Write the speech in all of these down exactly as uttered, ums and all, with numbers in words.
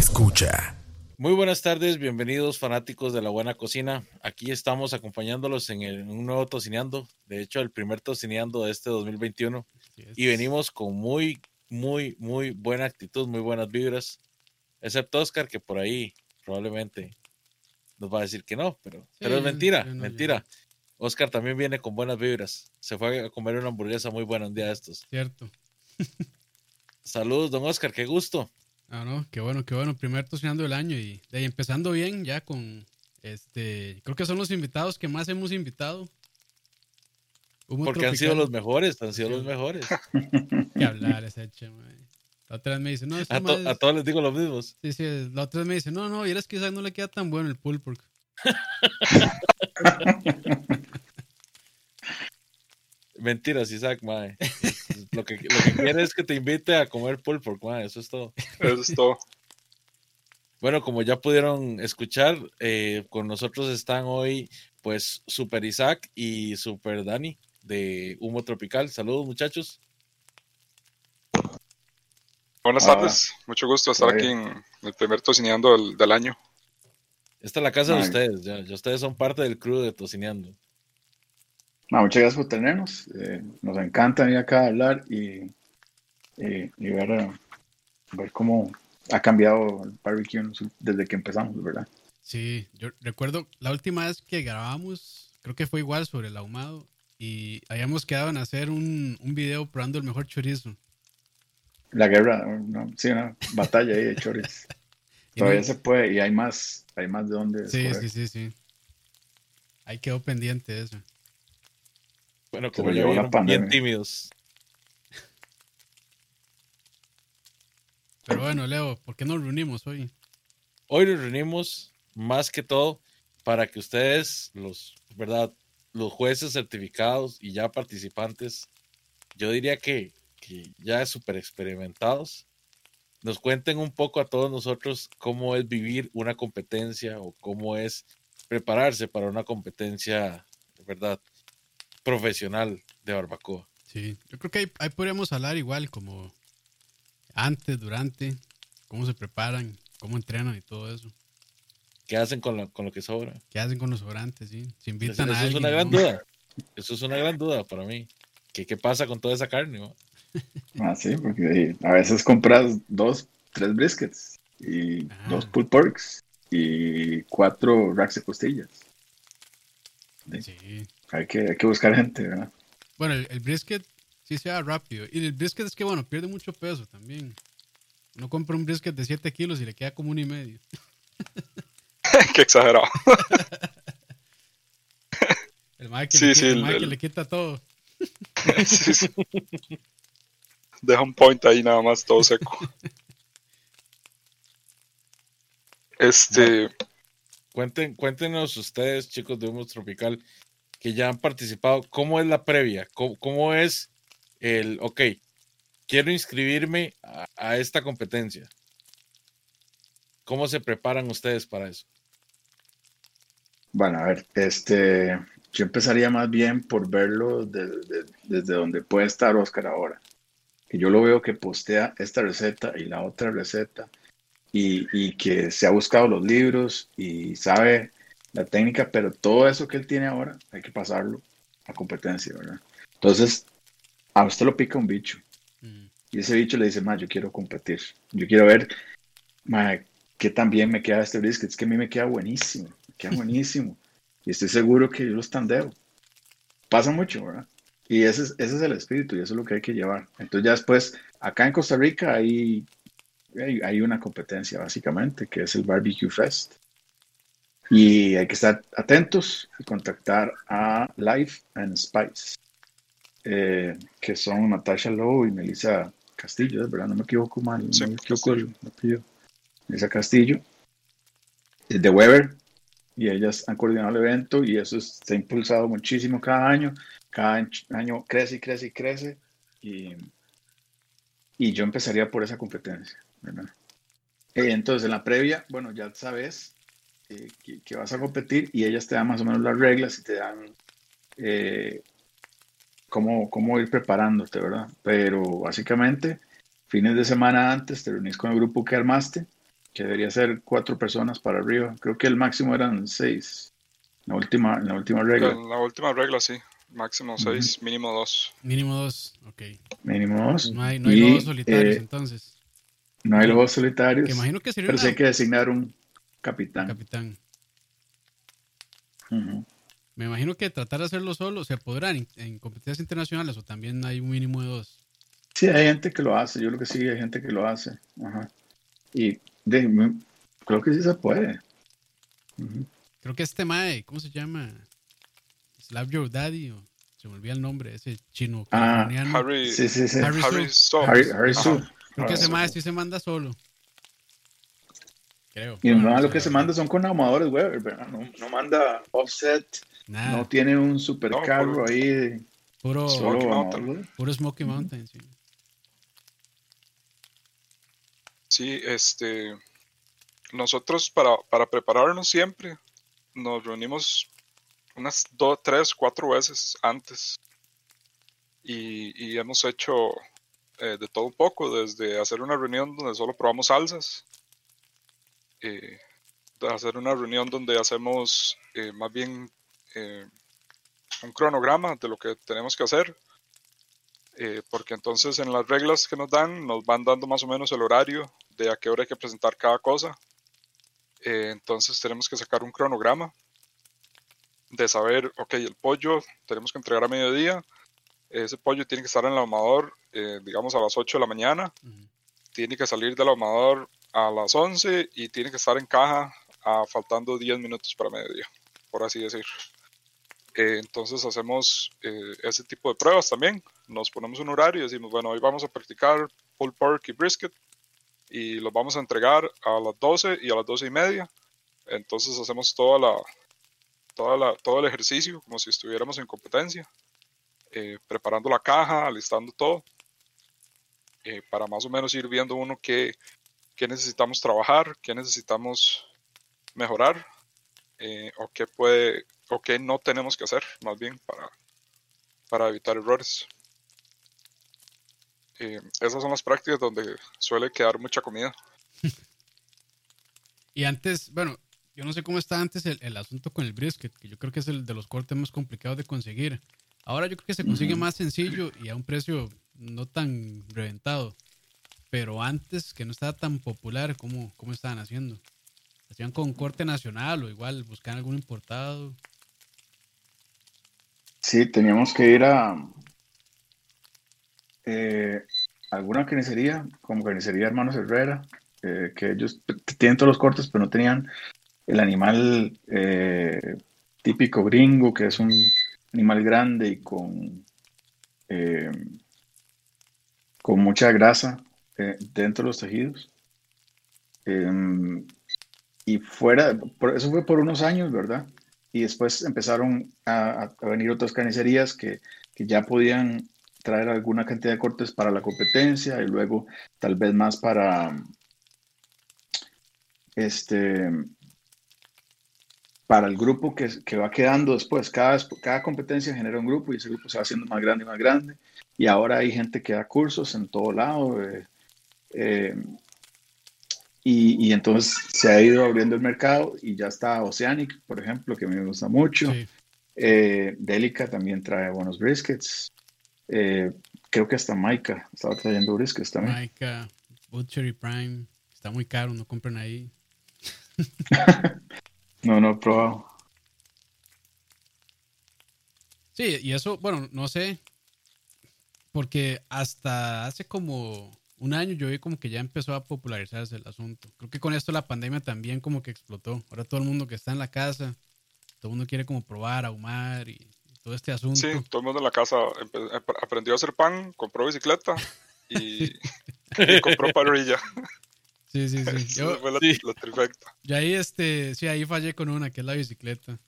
escucha. Muy buenas tardes, bienvenidos fanáticos de la buena cocina. Aquí estamos acompañándolos en, el, en un nuevo Tocineando, de hecho el primer Tocineando de este dos mil veintiuno. Yes. Y venimos con muy, muy, muy buena actitud, muy buenas vibras, excepto Oscar, que por ahí probablemente nos va a decir que no, pero, sí, pero es mentira, no, mentira. Ya. Oscar también viene con buenas vibras, se fue a comer una hamburguesa muy buena un día de estos. Cierto. Saludos, don Oscar, qué gusto. Ah, no, qué bueno, qué bueno. Primer Tocineando del año y de ahí empezando bien ya con este. Creo que son los invitados que más hemos invitado. Humo Porque tropical. Han sido los mejores, han sido sí. los mejores. Que hablar ese hecho, man. La otra vez me dice, no, esto a, to- más... a todos les digo los mismos. Sí, sí, la otra vez me dice, no, no, y eres que quizás no le queda tan bueno el pulled pork. Mentiras, Isaac, mae. Lo que, lo que quiere es que te invite a comer pulled pork, mae. Eso es todo. Eso es todo. Bueno, como ya pudieron escuchar, eh, con nosotros están hoy, pues, Super Isaac y Super Dani de Humo Tropical. Saludos, muchachos. Buenas ah, tardes, mucho gusto estar aquí en el primer Tocineando del, del año. Esta es la casa Ay. de ustedes, ya, ya ustedes son parte del crew de Tocineando. No, muchas gracias por tenernos, eh, nos encanta venir acá a hablar y, y, y ver, ver cómo ha cambiado el barbecue desde que empezamos, ¿verdad? Sí, yo recuerdo la última vez que grabamos, creo que fue igual sobre el ahumado y habíamos quedado en hacer un, un video probando el mejor chorizo. La guerra, no, sí, una batalla ahí de choris. Todavía no, se puede y hay más, hay más de dónde sí, escoger. Sí, sí, sí. Ahí quedó pendiente eso. Bueno, como ya vieron, bien tímidos. Pero bueno, Leo, ¿por qué nos reunimos hoy? Hoy nos reunimos más que todo para que ustedes, los, ¿verdad? Los jueces certificados y ya participantes, yo diría que, que ya súper experimentados, nos cuenten un poco a todos nosotros cómo es vivir una competencia o cómo es prepararse para una competencia, ¿verdad?, profesional de barbacoa. Sí, yo creo que ahí, ahí podríamos hablar igual como antes, durante, cómo se preparan, cómo entrenan y todo eso. ¿Qué hacen con lo, con lo que sobra? ¿Qué hacen con los sobrantes? Sí, se invitan eso, a eso alguien. Es una gran ¿no? duda. Eso es una gran duda para mí. ¿Qué, qué pasa con toda esa carne? ¿no? Ah, sí, porque a veces compras dos, tres briskets y ah. dos pulled porks y cuatro racks de costillas. Sí. sí. Hay que, hay que buscar gente, ¿verdad? Bueno, el, el brisket sí se va rápido. Y el brisket es que, bueno, pierde mucho peso también. Uno compra un brisket de siete kilos y le queda como uno y medio. Qué exagerado. El mae que, sí, le, sí, el el, mae el... que le quita todo. sí, sí. Deja un point ahí nada más, todo seco. Este... Bueno, cuenten, cuéntenos ustedes, chicos de Humo Tropical, que ya han participado, ¿cómo es la previa? ¿Cómo, cómo es el, ok, quiero inscribirme a, a esta competencia? ¿Cómo se preparan ustedes para eso? Bueno, a ver, este, yo empezaría más bien por verlo de, de, desde donde puede estar Oscar ahora. Que yo lo veo que postea esta receta y la otra receta y, y que se ha buscado los libros y sabe la técnica, pero todo eso que él tiene ahora hay que pasarlo a competencia, ¿verdad? Entonces, a usted lo pica un bicho mm. y ese bicho le dice, ma, yo quiero competir, yo quiero ver, ma, qué tan bien me queda este brisket, es que a mí me queda buenísimo, me queda buenísimo y estoy seguro que yo lo standeo. Pasa mucho, ¿verdad? Y ese es, ese es el espíritu y eso es lo que hay que llevar. Entonces ya después, acá en Costa Rica hay, hay, hay una competencia básicamente, que es el Barbecue Fest. Y hay que estar atentos y contactar a Life and Spice, eh, que son Natasha Lowe y Melissa Castillo, ¿es verdad? No me equivoco mal, sí, no me equivoco el apellido. Melissa Castillo, es de Weber, y ellas han coordinado el evento y eso es, se ha impulsado muchísimo cada año. Cada año crece y crece y crece. Y, y yo empezaría por esa competencia, ¿verdad? Eh, entonces, en la previa, bueno, ya sabes eh, que, que vas a competir y ellas te dan más o menos las reglas y te dan eh, cómo, cómo ir preparándote, ¿verdad? Pero básicamente, fines de semana antes te reunís con el grupo que armaste que debería ser cuatro personas para arriba. Creo que el máximo eran seis. La última, en la última regla. En la última regla, sí. Máximo seis, uh-huh. Mínimo dos. Mínimo dos, ok. Mínimo dos. No hay, no hay y, lobos solitarios, eh, entonces. No hay lobos solitarios. Que imagino que sería pero una... sí hay que designar un capitán. Capitán. Uh-huh. Me imagino que tratar de hacerlo solo, ¿se podrá en, en competencias internacionales o también hay un mínimo de dos? Sí, hay gente que lo hace. Yo creo que sí, hay gente que lo hace. Ajá. Y de, creo que sí se puede. Uh-huh. Creo que este mae, ¿cómo se llama? Slap Your Daddy, o se me olvida el nombre, ese chino californiano. Ah, Harry, sí, sí, sí. Harry, Harry Su. Harry, Harry Su. Creo que ese mae sí se manda solo. Creo. Y bueno, no, lo que se manda son con ahumadores Weber, ¿verdad? No, no manda offset. Nada. No tiene un supercarro no, ahí. De, puro Smoky Mountain. Puro Smoky Mountain, uh-huh. sí. Sí, este... Nosotros para, para prepararnos siempre nos reunimos unas dos, tres, cuatro veces antes y, y hemos hecho eh, de todo un poco, desde hacer una reunión donde solo probamos salsas, eh, de hacer una reunión donde hacemos eh, más bien eh, un cronograma de lo que tenemos que hacer, eh, porque entonces en las reglas que nos dan nos van dando más o menos el horario de a qué hora hay que presentar cada cosa. Eh, entonces tenemos que sacar un cronograma de saber, ok, el pollo tenemos que entregar a mediodía, ese pollo tiene que estar en el ahumador, eh, digamos a las ocho de la mañana, uh-huh. Tiene que salir del ahumador a las once y tiene que estar en caja a, faltando diez minutos para mediodía, por así decir. Eh, entonces hacemos eh, ese tipo de pruebas también, nos ponemos un horario y decimos, bueno, hoy vamos a practicar pulled pork y brisket, y los vamos a entregar a las doce y a las doce y media. Entonces hacemos toda la, toda la, todo el ejercicio como si estuviéramos en competencia, eh, preparando la caja, alistando todo, eh, para más o menos ir viendo uno qué, qué necesitamos trabajar, qué necesitamos mejorar, eh, o qué puede, o qué no tenemos que hacer, más bien para, para evitar errores. Eh, esas son las prácticas donde suele quedar mucha comida. Y antes, bueno, yo no sé cómo está antes el, el asunto con el brisket, que yo creo que es el de los cortes más complicados de conseguir. Ahora yo creo que se consigue uh-huh. más sencillo y a un precio no tan reventado. Pero antes, que no estaba tan popular, ¿cómo, cómo estaban haciendo? ¿Hacían con corte nacional o igual buscaban algún importado? Sí, teníamos que ir a... Eh, alguna carnicería, como Carnicería Hermanos Herrera, eh, que ellos tienen todos los cortes, pero no tenían el animal eh, típico gringo, que es un animal grande y con, eh, con mucha grasa eh, dentro de los tejidos. Eh, y fuera, por, eso fue por unos años, ¿verdad? Y después empezaron a, a venir otras carnicerías que, que ya podían traer alguna cantidad de cortes para la competencia y luego tal vez más para este para el grupo que, que va quedando después. Cada, cada competencia genera un grupo y ese grupo se va haciendo más grande y más grande, y ahora hay gente que da cursos en todo lado, eh, eh, y, y entonces se ha ido abriendo el mercado y ya está Oceanic, por ejemplo, que a mí me gusta mucho. Sí. eh, Delica también trae buenos briskets. Eh, creo que hasta Maika estaba trayendo briskets también. Maika, Butchery Prime, está muy caro, no compren ahí. no, no he probado. Sí, y eso, bueno, no sé, porque hasta hace como un año yo vi como que ya empezó a popularizarse el asunto. Creo que con esto la pandemia también como que explotó. Ahora todo el mundo que está en la casa, todo el mundo quiere como probar, ahumar y todo este asunto. Sí, todo el mundo en la casa aprendió a hacer pan, compró bicicleta y, y compró parrilla. Sí, sí, sí. Yo, fue la, sí. la trifecta. Yo ahí, este, sí, ahí fallé con una, que es la bicicleta.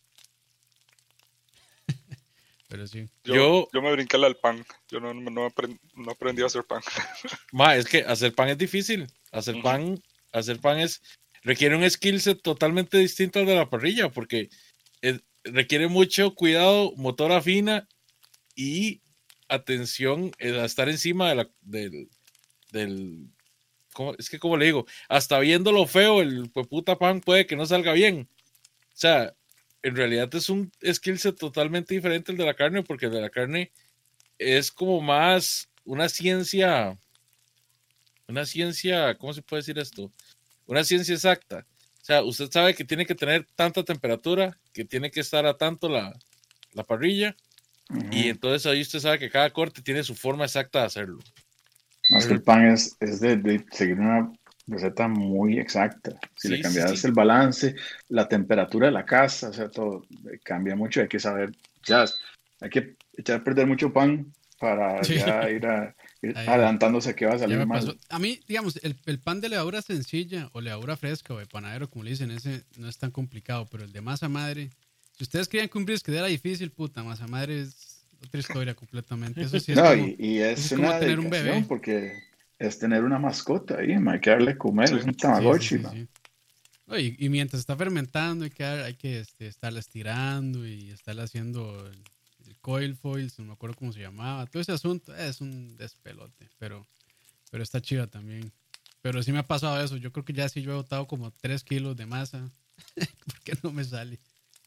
Pero sí. Yo, yo, yo me brinqué la del pan. Yo no, no, aprendí, no aprendí a hacer pan. Ma, es que hacer pan es difícil. Hacer uh-huh. pan, hacer pan es, requiere un skill set totalmente distinto al de la parrilla, porque es, requiere mucho cuidado, motora fina y atención a estar encima de la, del, del ¿cómo? Es que como le digo, hasta viéndolo feo, el puta pan puede que no salga bien. O sea, en realidad es un skill set totalmente diferente al de la carne, porque el de la carne es como más una ciencia, una ciencia, ¿cómo se puede decir esto? Una ciencia exacta. O sea, usted sabe que tiene que tener tanta temperatura, que tiene que estar a tanto la, la parrilla, uh-huh. Y entonces ahí usted sabe que cada corte tiene su forma exacta de hacerlo. Más que el pan es, es de, de seguir una receta muy exacta. Si sí, le cambias sí, sí. el balance, la temperatura de la casa, o sea, todo cambia mucho. Hay que saber, ya, hay que echar a perder mucho pan para sí. ya ir, a, ir adelantándose a que va a salir mal. A mí, digamos, el, el pan de levadura sencilla o levadura fresca o de panadero, como le dicen, ese no es tan complicado, pero el de masa madre, si ustedes creían que un brisket era difícil, puta, masa madre es otra historia completamente. Eso sí es no, como, y, y es, es una como tener un bebé. Porque es tener una mascota ahí, hay que darle comer, sí, es un tamagotchi. Sí, sí, sí, sí. No, y, y mientras está fermentando hay que, hay que este, estarla estirando y estarle haciendo el, el coil foil, no me acuerdo cómo se llamaba. Todo ese asunto es un despelote, pero, pero está chida también. Pero sí me ha pasado eso, yo creo que ya sí yo he botado como tres kilos de masa porque no me sale.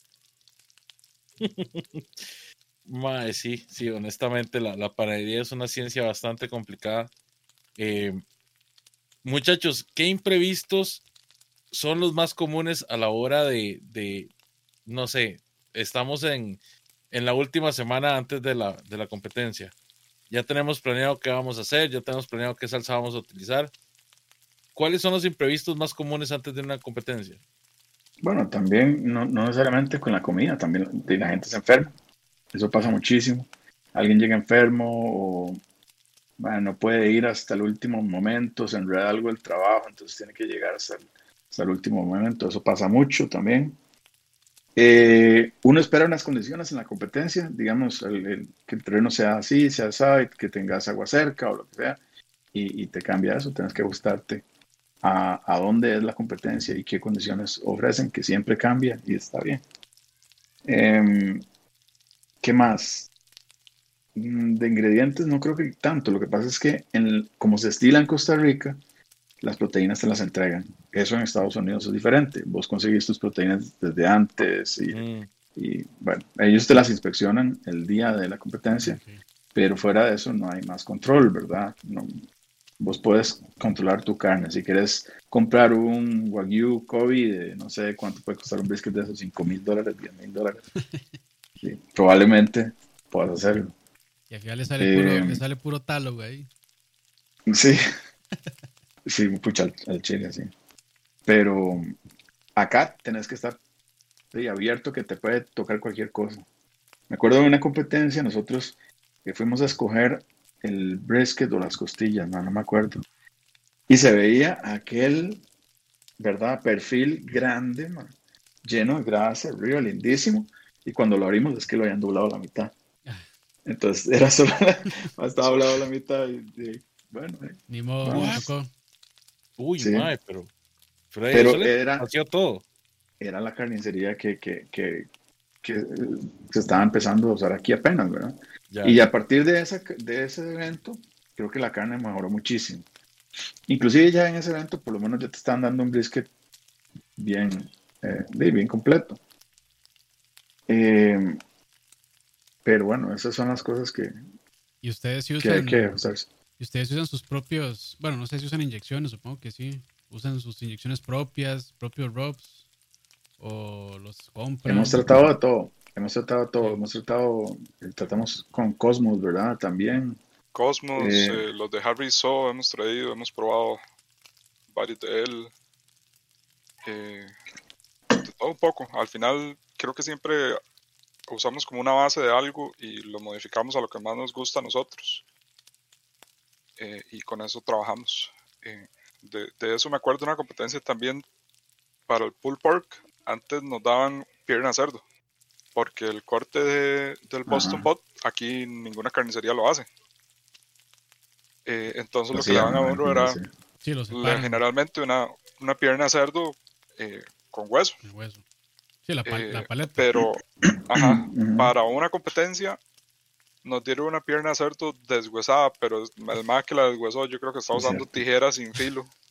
Mae, sí, sí, honestamente la, la panadería es una ciencia bastante complicada. Eh, muchachos, ¿qué imprevistos son los más comunes a la hora de, de no sé, estamos en, en la última semana antes de la, de la competencia? Ya tenemos planeado qué vamos a hacer, ya tenemos planeado qué salsa vamos a utilizar. ¿Cuáles son los imprevistos más comunes antes de una competencia? Bueno, también, no, no necesariamente con la comida, también la gente se enferma. Eso pasa muchísimo. Alguien llega enfermo o bueno, no puede ir hasta el último momento, se enreda algo del trabajo, entonces tiene que llegar hasta el, hasta el último momento. Eso pasa mucho también. Eh, uno espera unas condiciones en la competencia, digamos, el, el, que el terreno sea así, sea así, que tengas agua cerca o lo que sea, y, y te cambia eso. Tienes que ajustarte a, a dónde es la competencia y qué condiciones ofrecen, que siempre cambia y está bien. Eh, ¿Qué más? De ingredientes no creo que tanto. Lo que pasa es que en, como se estila en Costa Rica, las proteínas te las entregan. Eso en Estados Unidos es diferente. Vos conseguís tus proteínas desde antes y, mm. y bueno, ellos te las inspeccionan el día de la competencia, okay. Pero fuera de eso no hay más control, ¿verdad? No, vos puedes controlar tu carne. Si quieres comprar un Wagyu Kobe de no sé cuánto puede costar un brisket de esos, cinco mil dólares, diez mil dólares. Sí, probablemente puedas hacerlo. Y al final le sale, eh, puro, le sale puro talo, güey. Sí, sí, pucha, al, al chile, sí. Pero acá tenés que estar sí, abierto, que te puede tocar cualquier cosa. Me acuerdo de una competencia, nosotros que fuimos a escoger el brisket o las costillas, no, no me acuerdo. Y se veía aquel, ¿verdad? Perfil grande, man, lleno de grasa, arriba, lindísimo. Y cuando lo abrimos es que lo habían doblado a la mitad. Entonces era solo, estaba doblado a la mitad y, y bueno. Eh, Ni modo, no tocó. Uy, sí. Mae, pero, pero, pero eso le era, hacía todo. Era la carnicería que, que, que, que se estaba empezando a usar aquí apenas, ¿verdad? Ya. Y a partir de, esa, de ese evento, creo que la carne mejoró muchísimo. Inclusive ya en ese evento, por lo menos ya te están dando un brisket bien, eh, bien completo. Eh, pero bueno, esas son las cosas que, ¿Y ustedes sí usan, que hay que usarse. ¿Y ustedes usan sus propios, bueno, no sé si usan inyecciones, supongo que sí, usan sus inyecciones propias, propios rubs, o los compran? Hemos tratado de todo, hemos tratado de todo, sí. hemos tratado, tratamos con Cosmos, ¿verdad? También. Cosmos, eh, eh, los de Harry So hemos traído, hemos probado varios de él, eh, de todo un poco. Al final creo que siempre usamos como una base de algo y lo modificamos a lo que más nos gusta a nosotros, eh, y con eso trabajamos. Eh, de, de eso me acuerdo de una competencia también para el pulled pork. Antes nos daban pierna de cerdo porque el corte de, del Boston uh-huh. Pot aquí ninguna carnicería lo hace. Eh, entonces lo, lo que le daban a uno era sí, le, generalmente una, una pierna de cerdo eh, con hueso. El hueso. Sí, la, pal- eh, la paleta. Pero, ajá, para una competencia nos dieron una pierna de cerdo deshuesada, pero el más que la deshuesó yo creo que está usando tijeras sin filo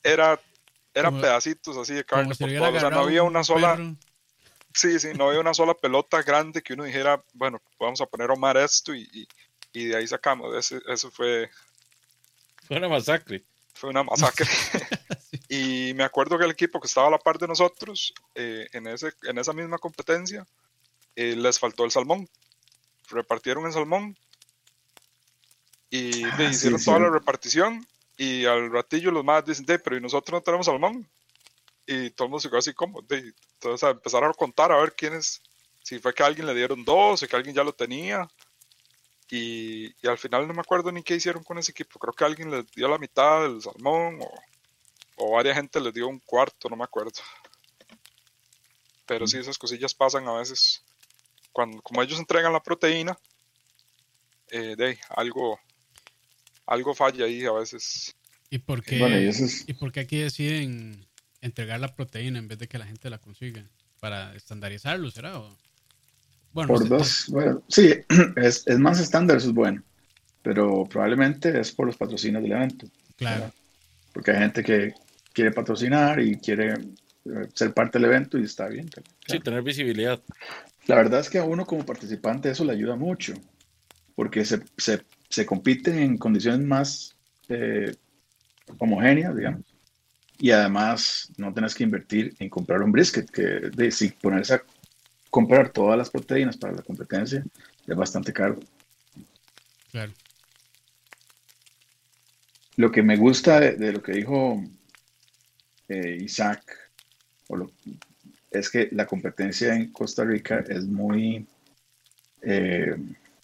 era, eran Como- pedacitos así de carne Como si por le hubiera todo. O sea, no agarrado había un una sola, perro. sí, sí, no había una sola pelota grande que uno dijera, bueno, vamos a poner a Omar esto y, y, y de ahí sacamos. Ese, eso fue, Fue una masacre. fue una masacre. Y me acuerdo que el equipo que estaba a la par de nosotros, eh, en, ese, en esa misma competencia, eh, les faltó el salmón. Repartieron el salmón y de, Ah, sí, hicieron es toda la cierto. repartición. Y al ratillo los más dicen, de, pero ¿y nosotros no tenemos salmón? Y todo el mundo se quedó así como, de, entonces empezaron a contar a ver quiénes, si fue que a alguien le dieron dos, o que alguien ya lo tenía. Y, y al final no me acuerdo ni qué hicieron con ese equipo. Creo que alguien les dio la mitad del salmón o, o varias gente les dio un cuarto, no me acuerdo. Pero sí, esas cosillas pasan a veces. Cuando, como ellos entregan la proteína, eh, de algo, algo falla ahí a veces. ¿Y por qué, Bueno, y eso es ¿y por qué aquí deciden entregar la proteína en vez de que la gente la consiga? ¿Para estandarizarlo, será? ¿O? Bueno, no por sé, no- dos. Bueno, sí, es, es más estándar, eso es bueno. Pero probablemente es por los patrocinios del evento. claro. ¿Verdad? Porque hay gente que quiere patrocinar y quiere eh, ser parte del evento y está bien. Sí, Claro. tener visibilidad. La verdad es que a uno como participante eso le ayuda mucho, porque se, se, se compite en condiciones más eh, homogéneas, digamos, y además no tenés que invertir en comprar un brisket, que de, si ponerse a comprar todas las proteínas para la competencia es bastante caro. Claro. Lo que me gusta de, de lo que dijo eh, Isaac o lo- es que la competencia en Costa Rica es muy, eh,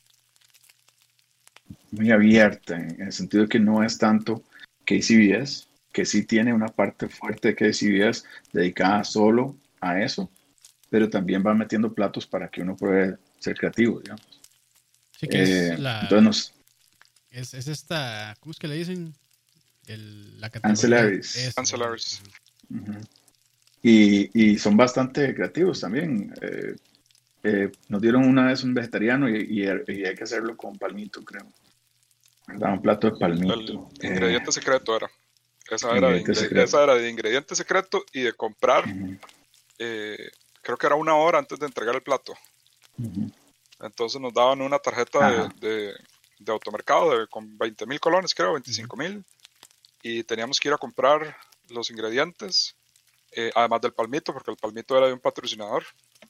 muy abierta, en, en el sentido de que no es tanto K C B S, que sí tiene una parte fuerte de K C B S dedicada solo a eso, pero también va metiendo platos para que uno pueda ser creativo, digamos. Sí que es Eh, la... entonces, nos, Es, es esta... ¿Cómo es que le dicen? El, la categoría... ancillaries. Eso, Ancillaries. ajá. Ujú. Y, y son bastante creativos también. Eh, eh, nos dieron una vez un vegetariano y, y- y hay que hacerlo con palmito, creo. ¿Verdad? Un plato de El palmito. Eh, ingrediente secreto era. Esa era, de ingrediente ingre- secreto. esa era de ingrediente secreto y de comprar, Ujú, eh, creo que era una hora antes de entregar el plato. ujú. Entonces nos daban una tarjeta de, Ajá. de, de automercado de, con veinte mil colones, creo, Ujú. veinticinco mil. Y teníamos que ir a comprar los ingredientes, eh, además del palmito, porque el palmito era de un patrocinador.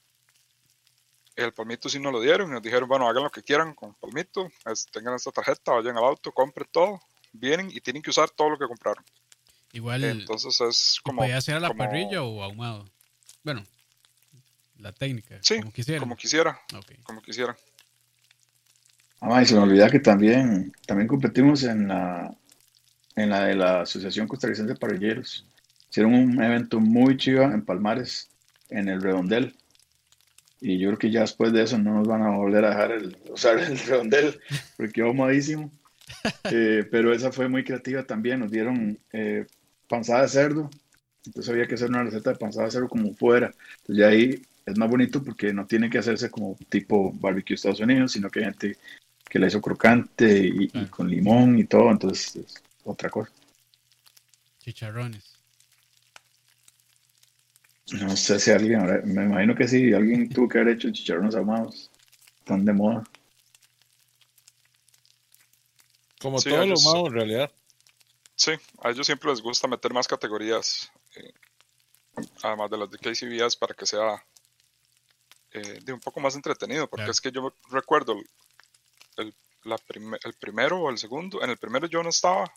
El palmito sí nos lo dieron y nos dijeron, bueno, hagan lo que quieran con el palmito, es- tengan esta tarjeta, vayan al auto, compren todo, vienen y tienen que usar todo lo que compraron. Igual... Entonces es ¿Y como, podía ser a la como parrilla o ahumado? Bueno, la técnica, sí, como quisieran. como quisiera, Ok. como quisiera. Ah, y se me olvida que también, también competimos en la, en la de la Asociación Costarricense de Parrilleros. Hicieron un evento muy chiva en Palmares, en el Redondel. Y yo creo que ya después de eso no nos van a volver a dejar el, usar el Redondel, porque quedó modísimo. Eh, pero esa fue muy creativa también. Nos dieron eh, panzada de cerdo. Entonces había que hacer una receta de panzada de cerdo como fuera. Entonces ya ahí es más bonito porque no tiene que hacerse como tipo barbecue Estados Unidos, sino que hay gente que la hizo crocante y, y Claro. con limón y todo. Entonces es otra cosa. Chicharrones. No sé si alguien, habrá- me imagino que sí, alguien tuvo que haber hecho chicharrones ahumados. Están de moda. Como Sí, todo a lo ellos, malo en realidad. sí, a ellos siempre les gusta meter más categorías, eh, además de las de K C B S, para que sea eh, de un poco más entretenido, porque Claro. es que yo me recuerdo el, el, la prime- el primero o el segundo, en el primero yo no estaba,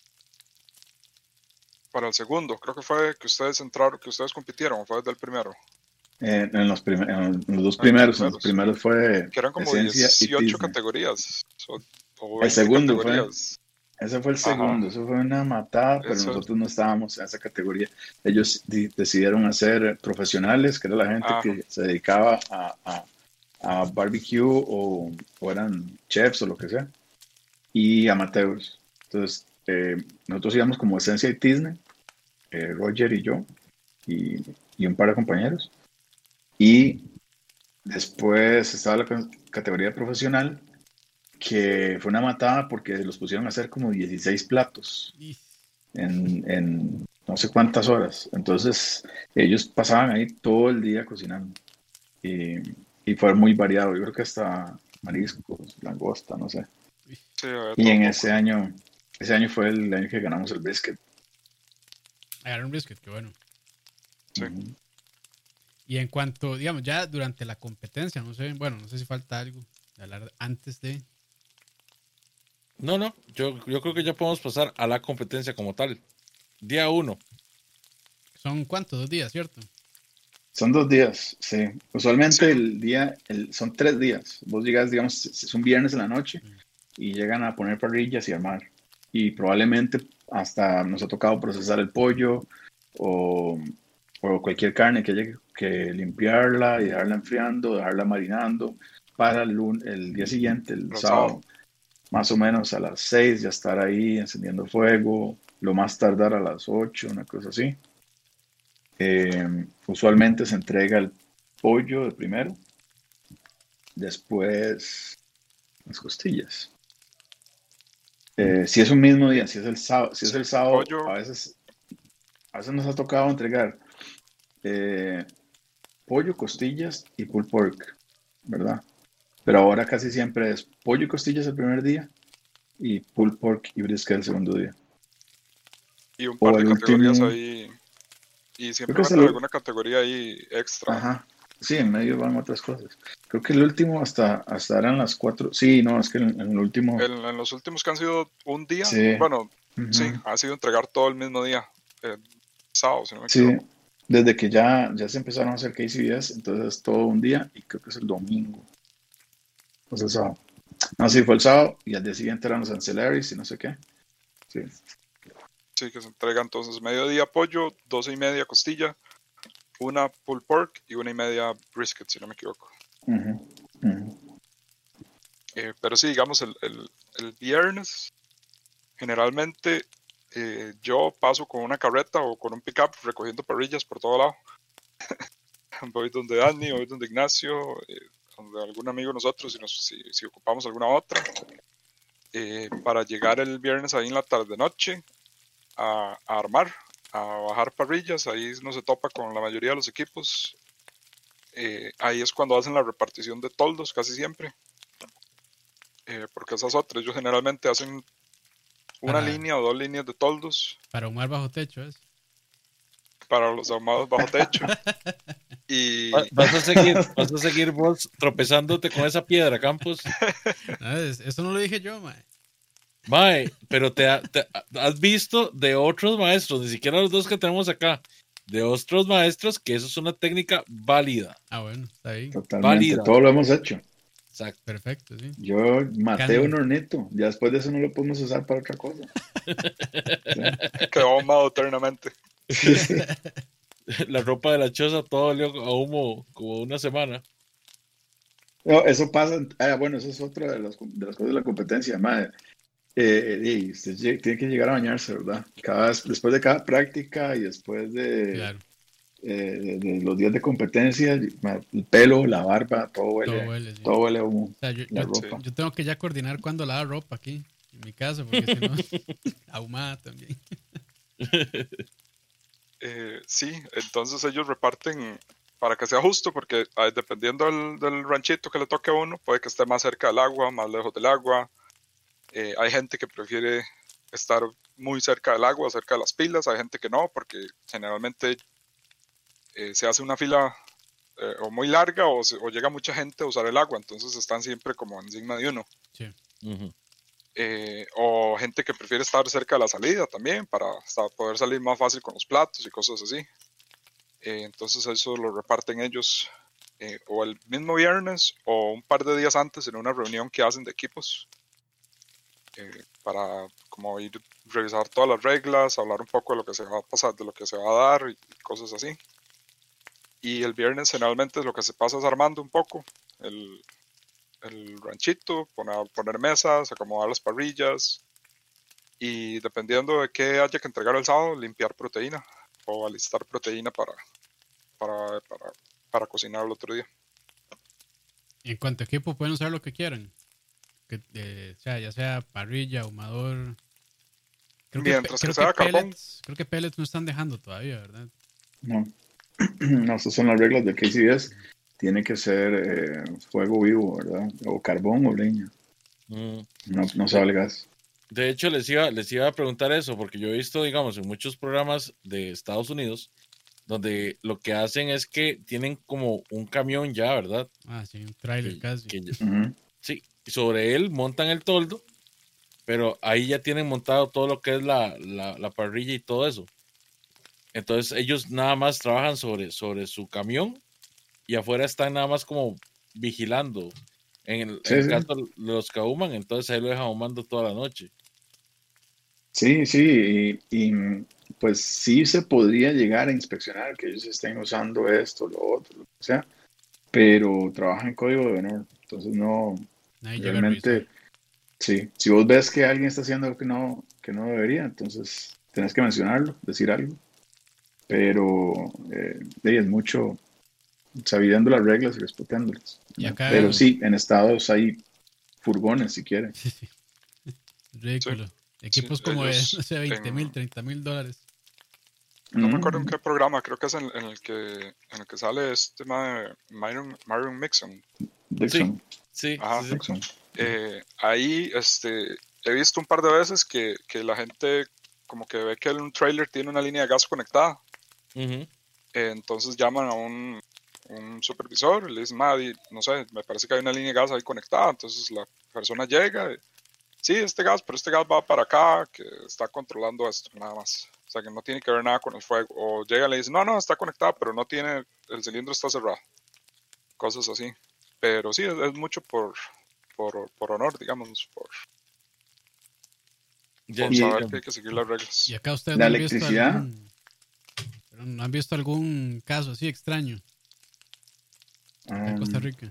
para el segundo, creo que fue que ustedes entraron, que ustedes compitieron, o fue desde el primero, Eh, en, los prime- en los dos en los primeros, en los primeros, primeros fue que eran como Esencia y dieciocho Tisne. categorías, o, o El veinte segundo fue, categorías, ese fue el ajá, segundo, eso fue una matada, pero eso, nosotros no estábamos en esa categoría. Ellos di- decidieron hacer profesionales, que era la gente ajá, que se dedicaba a, a- a barbecue o, o eran chefs o lo que sea, y amateurs. Entonces, eh, nosotros íbamos como Esencia y Tisne, eh, Roger y yo, y, y un par de compañeros. Y después estaba la ca- categoría profesional, que fue una matada porque los pusieron a hacer como dieciséis platos Y- en, en no sé cuántas horas. Entonces, ellos pasaban ahí todo el día cocinando. Y, y fue muy variado. Yo creo que hasta mariscos, langosta, no sé. Sí, había Y todo en un ese poco. año, ese año fue el año que ganamos el brisket. Agarraron brisket, que bueno. Sí. Ujú. Y en cuanto, digamos, ya durante la competencia, no sé, bueno, no sé si falta algo de hablar antes de... No, no, yo, yo creo que ya podemos pasar a la competencia como tal. Día uno. ¿Son cuántos? Dos días, ¿cierto? Son dos días, sí. Sí, Usualmente el día, el, son tres días. Vos llegas, digamos, es un viernes en la noche y llegan a poner parrillas y armar. Y probablemente hasta nos ha tocado procesar el pollo o, o cualquier carne que haya que, que limpiarla y dejarla enfriando, dejarla marinando para el, lun- el día siguiente, el el sábado. sábado, más o menos a las seis ya estar ahí encendiendo fuego, lo más tardar a las ocho, una cosa así. Eh, usualmente se entrega el pollo de primero, después las costillas. Eh, si es un mismo día, si es el sábado, si es Sí, el sábado, a pollo, veces, a veces nos ha tocado entregar eh, pollo, costillas y pulled pork, ¿verdad? Pero ahora casi siempre es pollo y costillas el primer día y pulled pork y brisket el segundo día. y un par O de el categorías último, ahí. Y creo siempre que es meten el, alguna categoría ahí extra. ajá, sí, en medio van otras cosas. Creo que el último hasta, hasta eran las cuatro, sí, no, es que en, en el último, En, en los últimos que han sido un día, sí, bueno, sí, ujú, ha sido entregar todo el mismo día. eh, sábado, si no me sí, equivoco. desde que ya, ya se empezaron a hacer K C B S, entonces es todo un día y creo que es el domingo, o sea, el sábado. No, sí, fue el sábado y al día siguiente eran los ancillaries y no sé qué. Sí. Sí, que se entrega entonces mediodía pollo, doce y media costilla, una pulled pork y una y media brisket, si no me equivoco. Ujú, ujú. Eh, pero sí, digamos, el, el, el viernes, generalmente eh, yo paso con una carreta o con un pickup recogiendo parrillas por todo lado. Voy donde Dani, voy donde Ignacio, eh, donde algún amigo de nosotros, si, nos, si, si ocupamos alguna otra, eh, para llegar el viernes ahí en la tarde-noche a, a armar, a bajar parrillas. Ahí no se topa con la mayoría de los equipos. Eh, ahí es cuando hacen la repartición de toldos casi siempre, eh, porque esas otras, ellos generalmente hacen una Para, línea o dos líneas de toldos para ahumar bajo techo, ¿es? para los ahumados bajo techo. Va- Y Vas a seguir, vas a seguir vos tropezándote con esa piedra, Campos. No, es- eso no lo dije yo, mae. Mae, pero te, ha- te- has visto de otros maestros, ni siquiera los dos que tenemos acá, de otros maestros que eso es una técnica válida. Ah, bueno, está bien. Totalmente, Válida. todo lo hemos hecho. Exacto. Perfecto, sí. Yo maté Can- un hornito, ya después de eso no lo podemos usar para otra cosa. Sí, quedó ahumado eternamente. sí, sí. La ropa de la choza todo olió a humo como una semana. No, eso pasa, ah, bueno, eso es otra de las, de las cosas de la competencia, madre. Eh, y usted lle- tiene que llegar a bañarse, ¿verdad? Cada vez- después de cada práctica y después de, Claro, eh, de- de los días de competencia, ma, el pelo, la barba, todo todo huele, huele, sí. todo huele a humo, O sea, yo, la yo, Sí. ropa. yo tengo que ya coordinar cuándo lavar ropa aquí, en mi casa, porque si no, ahumada también. Eh, sí, entonces ellos reparten para que sea justo, porque ah, dependiendo del, del ranchito que le toque a uno, puede que esté más cerca del agua, más lejos del agua. Eh, hay gente que prefiere estar muy cerca del agua, cerca de las pilas. Hay gente que no, porque generalmente eh, se hace una fila eh, o muy larga o, se- o llega mucha gente a usar el agua, entonces están siempre como encima de uno. Sí. Ujú. Eh, o gente que prefiere estar cerca de la salida también para hasta poder salir más fácil con los platos y cosas así. Eh, entonces eso lo reparten ellos eh, o el mismo viernes o un par de días antes en una reunión que hacen de equipos eh, para como ir revisar todas las reglas, hablar un poco de lo que se va a pasar, de lo que se va a dar y cosas así. Y el viernes generalmente lo que se pasa es armando un poco el, el ranchito, poner, poner mesas, acomodar las parrillas y dependiendo de qué haya que entregar el sábado, limpiar proteína o alistar proteína para, para, para, para cocinar el otro día. En cuanto a equipo, pueden usar lo que quieran. Que, eh, o sea, ya sea parrilla, ahumador, Creo Mientras que, que creo sea que carbón. pellets, creo que pellets no están dejando todavía, ¿verdad? No, no, esas son las reglas del K C B S. Tiene que ser eh, fuego vivo, ¿verdad? O carbón o leña. Mm. No, no De, sabe el gas. de hecho, les iba, les iba a preguntar eso, porque yo he visto, digamos, en muchos programas de Estados Unidos, donde lo que hacen es que tienen como un camión ya, ¿verdad? Ah, sí, un trailer Que, casi. que ya- Ujú. sí, y sobre él montan el toldo, pero ahí ya tienen montado todo lo que es la, la, la parrilla y todo eso. Entonces ellos nada más trabajan sobre, sobre su camión y afuera están nada más como vigilando. En el, en Sí, el sí. caso de los que ahuman, entonces ahí lo dejan ahumando toda la noche. Sí, sí, y, y, pues sí se podría llegar a inspeccionar que ellos estén usando esto, lo otro, lo que sea, pero trabaja en código de honor, entonces no, Nadie llega a revisar. realmente, sí, si vos ves que alguien está haciendo algo que no, que no debería, entonces tenés que mencionarlo, decir algo, pero eh, de ahí es mucho sabiendo las reglas y respetándolas, Y ¿verdad? Pero acá, sí, en estados hay furgones si quieren. sí, sí, Sí, ridículo. sí, Equipos como de, no ellos sé, veinte mil, en, treinta mil dólares. no me acuerdo en Mm, qué programa, creo que es en, en el que en el que sale este mae, Myron, Myron Mixon. Sí, Dixon, sí, Ajá. sí, sí. Dixon. Eh, ahí este, he visto un par de veces que, que la gente como que ve que un trailer tiene una línea de gas conectada. Ujú. Eh, entonces llaman a un, un supervisor y le dicen, "Maddy, no sé, me parece que hay una línea de gas ahí conectada". Entonces la persona llega, y, sí, este gas, pero este gas va para acá, que está controlando esto, nada más. O sea, que no tiene que ver nada con el fuego. O llega y le dice, no, no, está conectada, pero no tiene, el cilindro está cerrado. Cosas así. Pero sí, es, es mucho por, por, por honor, digamos, por, Ya por Y saber entiendo. que hay que seguir las Y reglas. acá ustedes no la han visto electricidad, algún, no han visto algún caso así extraño acá en Costa um, Rica.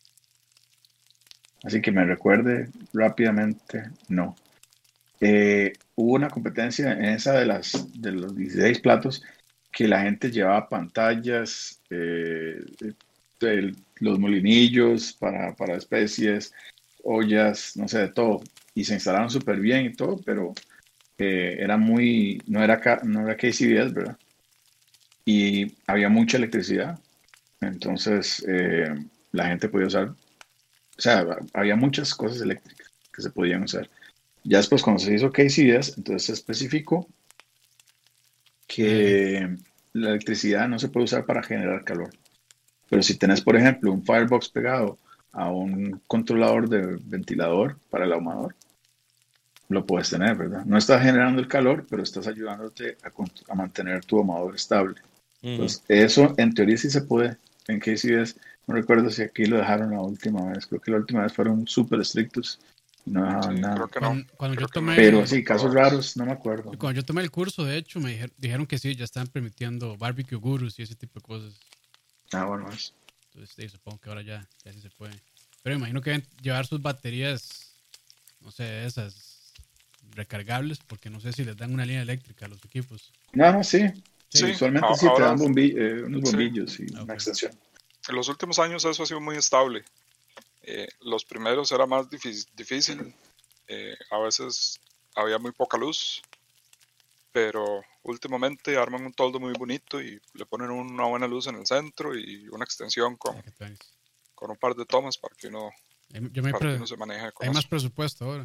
así que me recuerde rápidamente, no. Eh, hubo una competencia en esa de las de los dieciséis platos que la gente llevaba pantallas, eh, de los molinillos para, para especies, ollas, no sé, de todo. Y se instalaron súper bien y todo, pero eh, era muy, no era, K- no era K C B S, ¿verdad? Y había mucha electricidad. Entonces, eh, la gente podía usar, o sea, había muchas cosas eléctricas que se podían usar. Ya después, cuando se hizo K C B S, entonces se especificó Ah, ya. que la electricidad no se puede usar para generar calor. Pero si tenés, por ejemplo, un firebox pegado a un controlador de ventilador para el ahumador, lo puedes tener, ¿verdad? No estás generando el calor, pero estás ayudándote a, con- a mantener tu ahumador estable. Ujú. Entonces, eso en teoría sí se puede. En K C B S, no recuerdo si aquí lo dejaron la última vez. Creo que la última vez fueron súper estrictos y no Sí, dejaban creo nada. que no. Cuando, cuando yo Creo que no tomé Pero están el, sí, casos comprobados. raros, no me acuerdo. cuando yo tomé el curso, de hecho, me dijer- dijeron que sí, ya están permitiendo barbecue gurus y ese tipo de cosas. Ah, bueno, es. Entonces, sí, supongo que ahora ya, ya sí se puede. Pero imagino que deben llevar sus baterías, no sé, esas recargables, porque no sé si les dan una línea eléctrica a los equipos. No, no, sí. Sí. Sí, Sí, usualmente a- sí te ahora dan bombi- eh, unos sí. bombillos y Ah, una ok. extensión. En los últimos años eso ha sido muy estable. Eh, los primeros era más difícil, difícil. Eh, a veces había muy poca luz, pero últimamente arman un toldo muy bonito y le ponen una buena luz en el centro y una extensión con, Ah, qué tuanis. con un par de tomas para que uno, Hay- Yo me para que pre- uno se maneje con hay más eso. presupuesto ahora.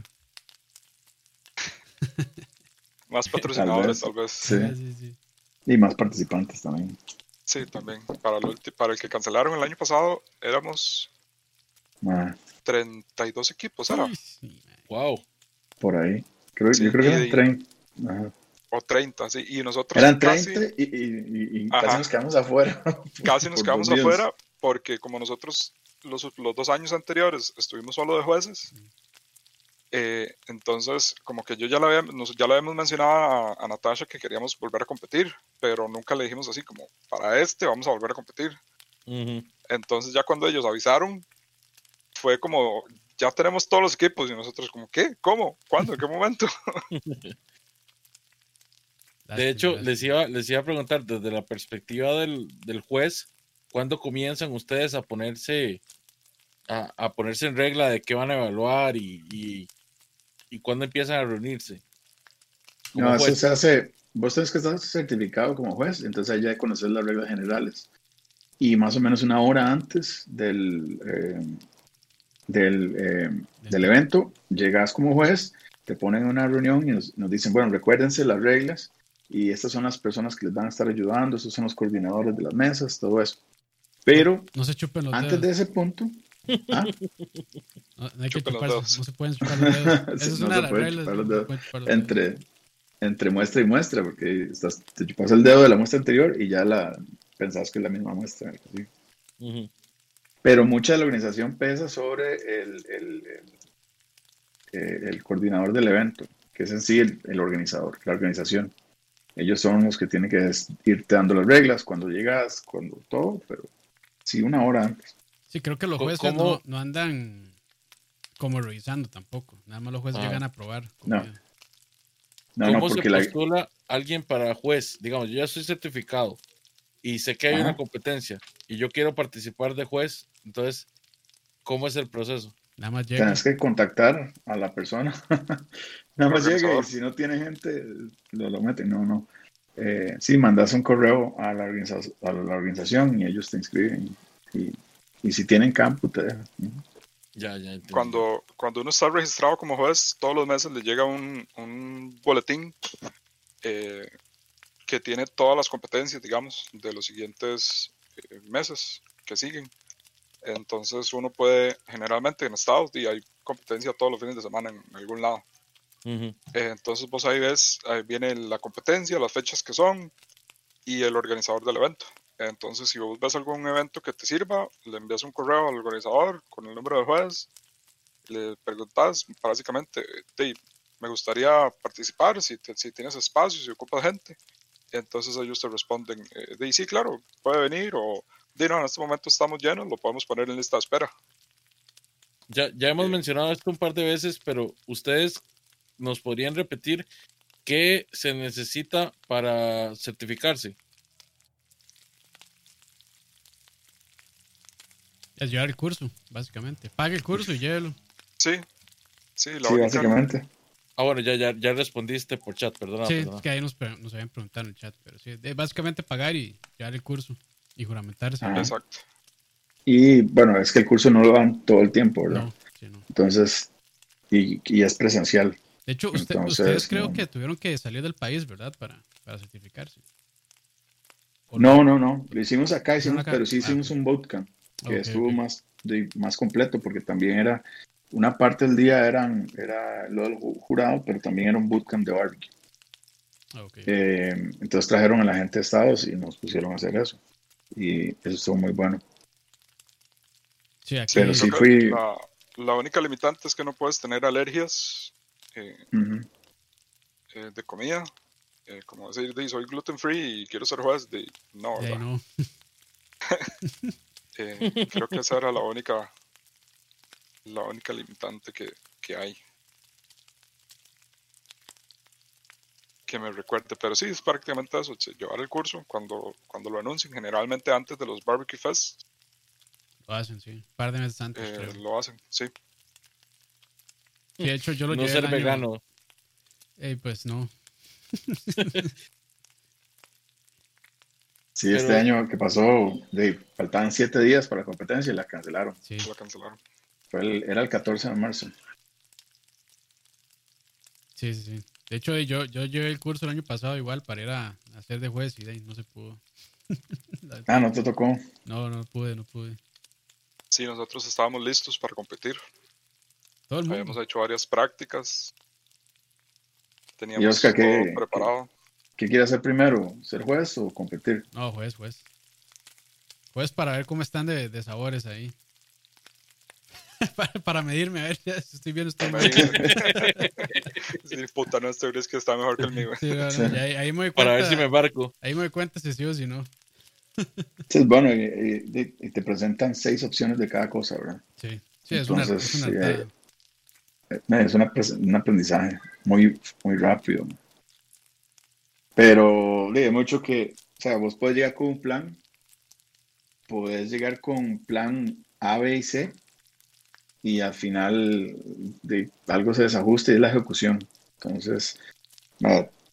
Más Tal patrocinadores vez, tal vez. sí. Ah, sí, sí. Y más participantes también. Sí, también. Para el, ulti- para el que cancelaron el año pasado éramos Ah, treinta y dos equipos, ¿era? Uy, sí, man. Wow. por ahí. Creo, yo Sí, creo que eran y, treinta. Ajá. o treinta, sí. Y nosotros Eran casi, treinta y, y- y- y casi ajá, nos quedamos afuera casi por, nos por dos quedamos días. afuera porque como nosotros los, los dos años anteriores estuvimos solo de jueces, eh, entonces como que yo ya le, había, nos- ya le habíamos mencionado a, a Natasha que queríamos volver a competir, pero nunca le dijimos así como, para este vamos a volver a competir. Ujú. Entonces ya cuando ellos avisaron, fue como, ya tenemos todos los equipos y nosotros como, ¿qué? ¿Cómo? ¿Cuándo? ¿En qué momento? De Lástima, hecho, les lástima. iba, les iba a preguntar desde la perspectiva del, del juez, ¿cuándo comienzan ustedes a ponerse a, a ponerse en regla de qué van a evaluar y, y, y cuándo empiezan a reunirse? como No, eso juez. se hace, vos tenés que estar certificado como juez, entonces ahí ya conocer las reglas generales. Y más o menos una hora antes del, eh, del, eh, Del del día. evento, llegas como juez, te ponen en una reunión y nos, nos dicen, bueno, recuérdense las reglas y estas son las personas que les van a estar ayudando, estos son los coordinadores de las mesas, todo eso. No, Pero no se chupen los antes dedos. de ese punto, ¿ah? No, no hay que Chupen los chuparse, dedos. no se pueden chupar los dedos. Esa Sí, es no una se de las pueden reglas, chupar no los se dedos pueden chupar los dedos. entre, entre muestra y muestra, porque estás, te chupas el dedo de la muestra anterior y ya la pensás que es la misma muestra. ¿Sí? Ujú. Pero mucha de la organización pesa sobre el, el, el, eh, el coordinador del evento, que es en sí el, el organizador, la organización. Ellos son los que tienen que irte dando las reglas, cuando llegas, cuando todo, pero sí una hora antes. Sí, creo que los Co- jueces no, ¿Cómo? no andan como revisando tampoco. Nada más los jueces Ah, llegan a probar No, comida. no, no, ¿cómo se porque la... postula alguien para juez? Digamos, yo ya soy certificado y sé que hay una Ajá. competencia y yo quiero participar de juez, entonces, ¿cómo es el proceso? Nada más llega. Tienes que contactar a la persona. Nada El más llega y organizador. si no tiene gente, lo, lo meten. No, no. Eh, sí, mandas un correo a la, organiza- a la organización y ellos te inscriben. Y, y si tienen campo, te dejan. Ujú. Ya, ya entendí. Cuando, cuando uno está registrado como juez, todos los meses le llega un, un boletín eh, que tiene todas las competencias, digamos, de los siguientes eh, meses que siguen. Entonces uno puede, generalmente en Estados Unidos, hay competencia todos los fines de semana en algún lado. Ujú. Eh, entonces vos ahí ves, ahí viene la competencia, las fechas que son y el organizador del evento. Entonces si vos ves algún evento que te sirva, le envías un correo al organizador con el número del juez, le preguntas básicamente, "Hey, me gustaría participar, si, te- si tienes espacio, si ocupas gente". Entonces ellos te responden, eh, de, sí, claro, puede venir, o de, no, en este momento estamos llenos, lo podemos poner en lista de espera. Ya, ya hemos Eh, mencionado esto un par de veces, pero ustedes nos podrían repetir qué se necesita para certificarse. Es llevar el curso, básicamente. Pague el curso y llévelo. sí, sí, la Sí, única, básicamente. Ah, bueno, ya, ya, ya respondiste por chat, perdona, Sí, perdona. es que ahí nos, pre- nos habían preguntado en el chat, pero sí, es básicamente pagar y llevar el curso y juramentarse. Ajá. exacto. Y bueno, es que el curso no lo dan todo el tiempo, ¿verdad? No, sí, no. Entonces, y, y es presencial. De hecho, usted, Entonces, ustedes creo no. que tuvieron que salir del país, ¿verdad? Para, para certificarse. ¿O No, no, no. Lo hicimos acá, ¿Hicieron hicimos, acá? pero sí Ah, hicimos ok. un bootcamp que Ok, estuvo ok. más, de- más completo porque también era una parte del día eran, era lo del ju- jurado, pero también era un bootcamp de barbecue. Ah, ok. Eh, entonces trajeron a la gente de Estados y nos pusieron a hacer eso. Y eso estuvo muy bueno. Sí, Pero aquí. sí Creo que fui. la, la única limitante es que no puedes tener alergias eh, Ujú. eh, de comida. Eh, como decir, "Di, soy gluten free y quiero ser juez", de, no, De ahí ¿verdad? no. Eh, creo que esa era la única, la única limitante que, que hay. Que me recuerde, pero sí, es prácticamente eso, ch- llevar el curso cuando, cuando lo anuncien, generalmente antes de los Barbecue Fest, Lo hacen, sí. Un par de meses antes, eh, creo. lo hacen, sí. Sí, de hecho, yo lo No llevé el ser año. vegano. Eh, pues no. Sí, este Pero año que pasó, de, faltaban siete días para la competencia y la cancelaron. Sí. La cancelaron. Fue el- era el catorce de marzo. Sí, sí, sí. De hecho, yo, yo llevé el curso el año pasado igual para ir a, a hacer de juez y de ahí no se pudo. La- Ah, no te tocó. No, no pude, no pude. Sí, nosotros estábamos listos para competir. Todo el mundo. Habíamos hecho varias prácticas. Y Teníamos Oscar, todo ¿qué, qué, preparado. qué quiere hacer primero? ¿Ser juez o competir? No, juez, juez. Juez para ver cómo están de, de sabores ahí. para, para medirme, a ver si estoy bien o estoy mal. Sí, puta, no, este es que está mejor que el mío. Sí, bueno, Sí. y ahí, ahí me doy para cuenta, ver si me embarco. ahí me doy cuenta si sí o si no. Sí, es bueno, y, y- y te presentan seis opciones de cada cosa, ¿verdad? Sí, sí, es una, Entonces, es una sí, hartada. Eh, Es una pres- un aprendizaje muy, muy rápido. Pero de mucho que, o sea, vos puedes llegar con un plan, puedes llegar con plan A, B y C, y al final de, algo se desajuste y es la ejecución. Entonces, nada,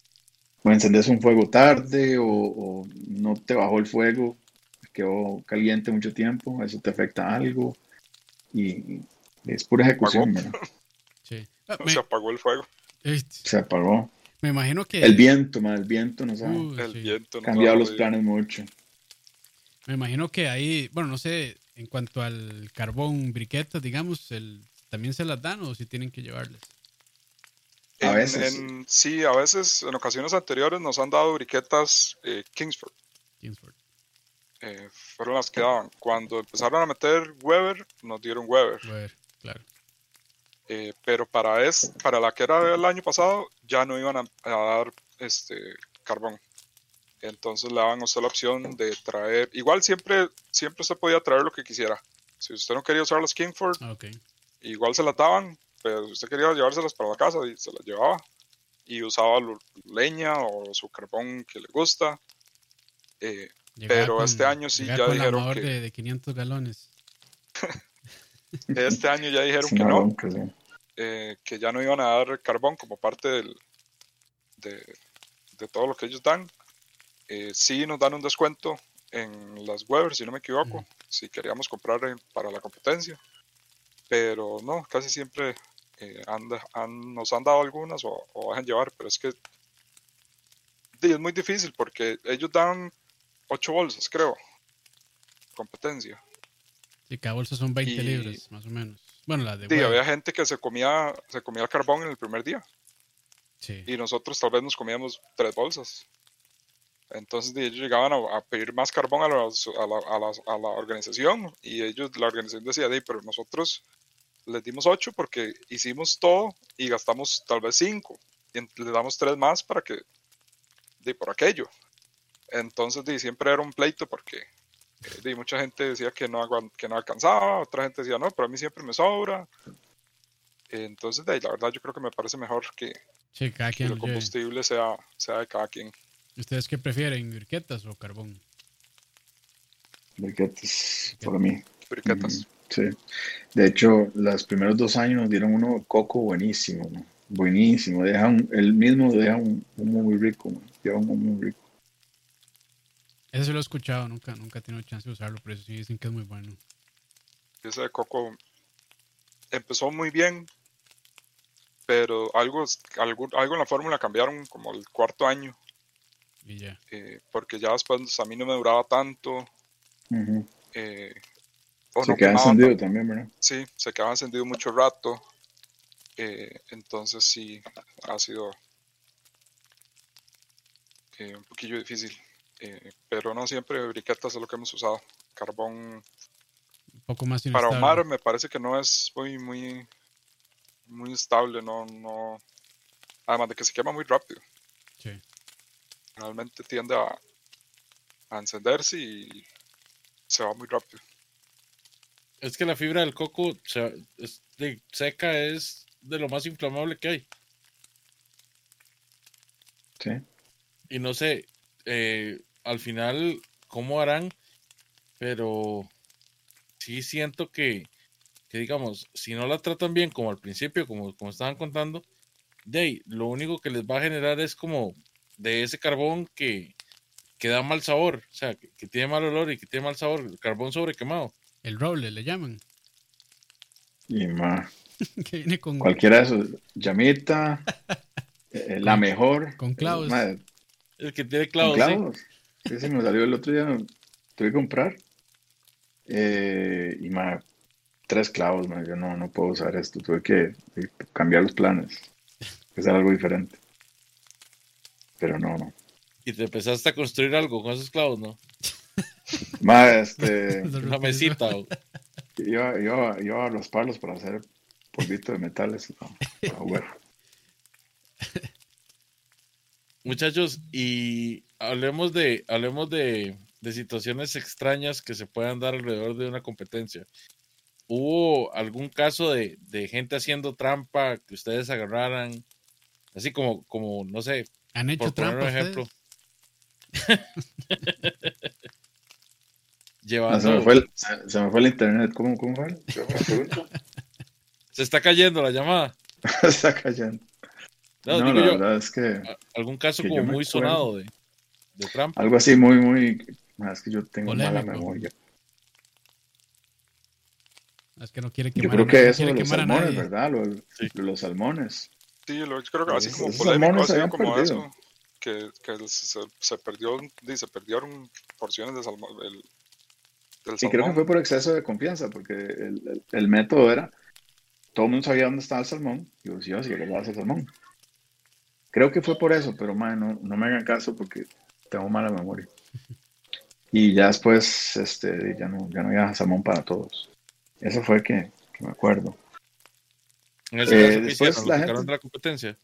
o encendés un fuego tarde o, o no te bajó el fuego, quedó caliente mucho tiempo, eso te afecta algo y es pura ejecución, ¿verdad? Sí. Ah, Se me, apagó el fuego. este, Se apagó. me imagino que... El viento, ma, el viento nos ha Uh, El sí. viento nos cambiado ha los jodido. planes mucho. Me imagino que ahí, bueno, no sé, en cuanto al carbón, briquetas, digamos, el, ¿también se las dan o si tienen que llevarlas? A En, veces. en- sí, a veces, en ocasiones anteriores nos han dado briquetas eh, Kingsford. Kingsford. Eh, fueron las que daban. Cuando empezaron a meter Weber, nos dieron Weber. A ver, claro. Eh, pero para es, para la que era el año pasado, ya no iban a, a dar este carbón. Entonces le daban a usted la opción de traer. Igual siempre, siempre usted podía traer lo que quisiera. Si usted no quería usar las Kingsford, Ah, ok. igual se las daban, pero si usted quería llevárselas para la casa, y se las llevaba. Y usaba lo- leña o su carbón que le gusta. Eh, Llegaba pero con- este año sí llegaba ya con el dijeron amador que de, de quinientos galones. este año ya dijeron Es que una no, bronca, sí. eh, que ya no iban a dar carbón como parte del, de, de todo lo que ellos dan. Eh, sí nos dan un descuento en las Weber, si no me equivoco, Ujú. si queríamos comprar en- para la competencia. Pero no, casi siempre eh, han de- han- nos han dado algunas o, o dejan llevar, pero es que sí, es muy difícil porque ellos dan ocho bolsas, creo, competencia. Y cada bolsa son veinte Y- libras, más o menos. Bueno, la de Sí, Weber. había gente que se comía, se comía el carbón en el primer día Sí. y nosotros tal vez nos comíamos tres bolsas. Entonces de ellos llegaban a, a pedir más carbón a, los- a la, a las- a la organización y ellos, la organización decía, "Dey, pero nosotros les dimos ocho porque hicimos todo y gastamos tal vez cinco y en- le damos tres más para que, de por aquello". Entonces de, siempre era un pleito porque eh, de, mucha gente decía que no, aguan- que no alcanzaba, otra gente decía, no, pero a mí siempre me sobra. Entonces de, ahí, la verdad yo creo que me parece mejor que, Sí, cada que quien el lo lleve. combustible sea, sea de cada quien. ¿Ustedes qué prefieren, briquetas o carbón? Briquetas, para mí. Briquetas. Ujú, sí. De hecho, los primeros dos años nos dieron uno coco buenísimo, ¿no? Buenísimo. Deja un- el mismo deja un humo muy rico, ¿no? Lleva un humo muy rico. Ese se lo he escuchado, nunca, nunca he tenido chance de usarlo, pero eso sí dicen que es muy bueno. Ese de coco empezó muy bien, pero algo, algo, algo en la fórmula cambiaron como el cuarto año, Y ya. eh, porque ya después a mí no me duraba tanto, Ujú. eh, o Se no queda quemaba encendido tan- también, ¿verdad? sí, se quedaba encendido mucho rato, eh, entonces sí, ha sido eh, un poquillo difícil, eh, pero no siempre briquetas es lo que hemos usado. Carbón Un poco más para inestable. ahumar me parece que no es muy, muy, muy estable, no, no, además de que se quema muy rápido. Sí. Realmente tiende a, a encenderse y se va muy rápido. Es que la fibra del coco se- es de- seca es de lo más inflamable que hay. Sí. Y no sé, eh, al final, cómo harán, pero sí siento que, que, digamos, si no la tratan bien como al principio, como, como estaban contando, de ahí, lo único que les va a generar es como de ese carbón que, que da mal sabor, o sea, que, que tiene mal olor y que tiene mal sabor, el carbón sobrequemado. El roble le llaman. Y ma, Que viene con, cualquiera de esos, llamita, eh, la Con- mejor. con clavos. eh, ma, El que tiene con clavos, sí. clavos. Sí, se me salió el otro día, tuve que comprar. Eh, y ma, tres clavos, ma, yo no, no puedo usar esto, tuve que eh, cambiar los planes, hacer algo diferente. Pero no, no. Y te empezaste a construir algo con esos clavos, ¿no? Ma, este, Una mesita. o- iba, iba, iba a los palos para hacer polvito de metales, no, para jugar. Muchachos, y hablemos de, hablemos de, de situaciones extrañas que se puedan dar alrededor de una competencia. ¿Hubo algún caso de, de gente haciendo trampa que ustedes agarraran? Así como, como no sé, ¿Han hecho por poner trampa un ustedes? ejemplo. Ah, se me Llevando, fue el, se, se me fue el internet, ¿cómo, cómo fue? ¿Se fue la pregunta? se está cayendo la llamada. Está callando. No, No, digo la yo, verdad es que, a- algún caso que como yo me muy acuerdo. sonado de, de trampa. Algo así muy, muy... ah, Es que yo tengo mala Polémico. memoria. Es que no quiere Yo quemar a, creo na- que no eso quiere de los quemar a salmones, nadie. ¿verdad? Lo, lo Sí. de los salmones. Sí, lo, yo creo que así Es- como esos polémico salmones ha se sido habían como perdido. eso, que, que se, se perdió, di, se perdieron porciones de salmón, del, del Y creo que fue salmón. por exceso de confianza, porque el, el- el método era, todo el mundo sabía dónde estaba el salmón, y yo decía, "Oh, sí, yo le voy a hacer salmón". Creo que fue por eso, pero man, no, no me hagan caso porque tengo mala memoria. Y ya después, este, ya no, ya no había salmón para todos. Eso fue que, que me acuerdo. En ese Eh, caso, ¿qué después hicieron? ¿Lo la sacaron gente, de la competencia?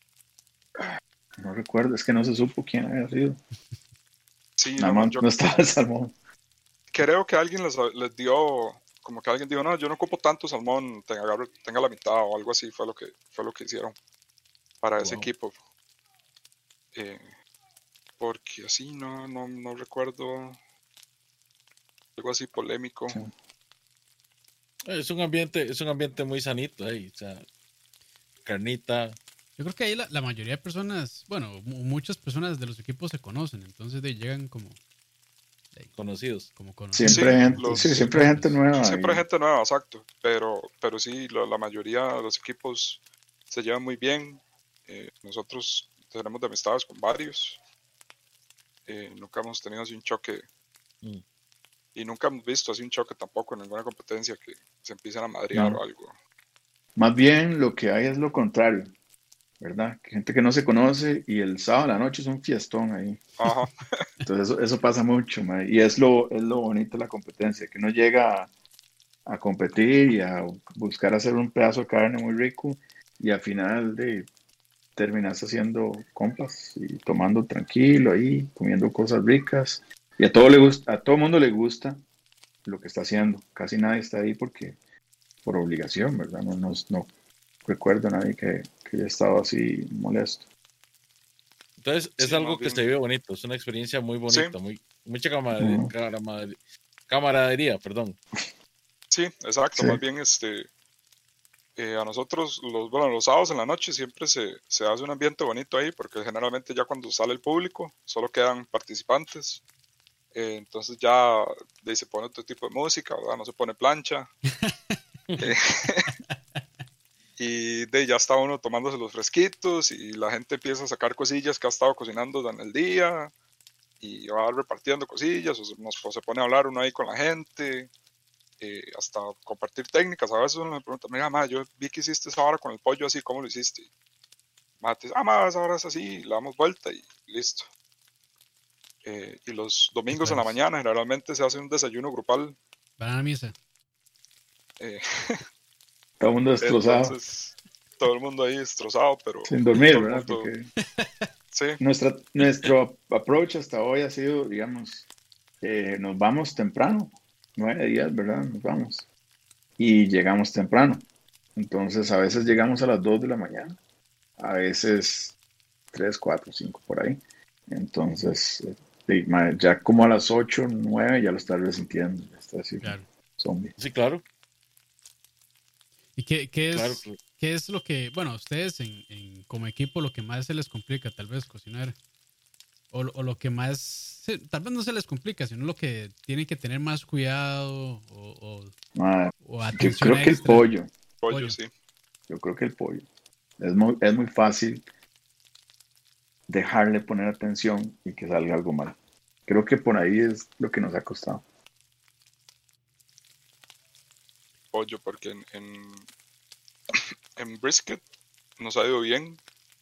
no recuerdo, es que no se supo quién había sido. Sí, Nada lo más yo no estaba el salmón. creo que alguien les, les dio, como que alguien dijo, no, yo no ocupo tanto salmón, tenga, agarre- tenga la mitad o algo así, fue lo que, fue lo que hicieron para ese Wow. equipo. Eh, porque así no, no, no recuerdo algo así polémico. Sí. Es un ambiente, es un ambiente muy sanito ahí, o sea, carnita. Yo creo que ahí la, la mayoría de personas, bueno, mu- muchas personas de los equipos se conocen, entonces de, llegan como, de, Conocidos. como conocidos. Siempre hay Sí, gente, los- sí, siempre hay gente nueva. Siempre hay y- gente nueva, exacto, pero, pero sí, lo- la mayoría de los equipos se llevan muy bien. Eh, nosotros tenemos de amistades con varios. Eh, nunca hemos tenido así un choque Mm. y nunca hemos visto así un choque tampoco en ninguna competencia que se empiecen a madrear No. o algo. Más bien lo que hay es lo contrario, ¿verdad? Que gente que no se conoce y el sábado a la noche es un fiestón ahí. Ajá, Entonces eso, eso pasa mucho, mae, y es lo, es lo bonito de la competencia, que uno llega a, a competir y a buscar hacer un pedazo de carne muy rico y al final de, terminas haciendo compas y tomando tranquilo ahí, comiendo cosas ricas y a todo le gusta, a todo mundo le gusta lo que está haciendo. Casi nadie está ahí porque por obligación, ¿verdad? No, no, no recuerdo a nadie que, que haya estado así molesto. Entonces, es Sí, algo más que bien. se vive bonito, es una experiencia muy bonita, Sí. muy, mucha camaradería, Ujú. camaradería, camaradería, perdón. sí, exacto, Sí. más bien este, eh, a nosotros, los, bueno, los sábados en la noche siempre se, se hace un ambiente bonito ahí, porque generalmente ya cuando sale el público, solo quedan participantes. Eh, entonces ya de, se pone otro tipo de música, ¿verdad? No se pone plancha. Eh, y de ya está uno tomándose los fresquitos y la gente empieza a sacar cosillas que ha estado cocinando en el día y va repartiendo cosillas o se, nos- o se pone a hablar uno ahí con la gente, eh, hasta compartir técnicas. A veces uno me pregunta, mira, ma, yo vi que hiciste esa hora con el pollo así, ¿cómo lo hiciste? Ma, te dice, ah, ma, esa hora es así, le damos vuelta y listo. Eh, y los domingos en la Pues. mañana generalmente se hace un desayuno grupal. Van a la misa. eh, Todo el mundo destrozado, entonces todo el mundo ahí destrozado, pero sin dormir, todo el ¿verdad? mundo, Porque sí, nuestra, nuestro approach hasta hoy ha sido, digamos, eh, nos vamos temprano, nueve días, ¿verdad? Nos vamos. Y llegamos temprano. Entonces, a veces llegamos a las dos de la mañana, a veces tres, cuatro, cinco por ahí. Entonces, eh, sí, ma, ya como a las ocho, nueve ya lo estás resintiendo, ya está así, Claro. zombie. Sí, claro, ¿Y qué, qué es, claro. claro. qué es lo que, bueno, a ustedes en, en- como equipo lo que más se les complica tal vez cocinar? O, lo- o lo que más, sí, tal vez no se les complica, sino lo que tienen que tener más cuidado o, o, Ma, o yo atención creo que el extra. pollo, pollo, Pollo. sí. yo creo que el pollo. Es muy, es muy fácil dejarle poner atención y que salga algo mal. Creo que por ahí es lo que nos ha costado. Pollo, porque en, en, en brisket nos ha ido bien.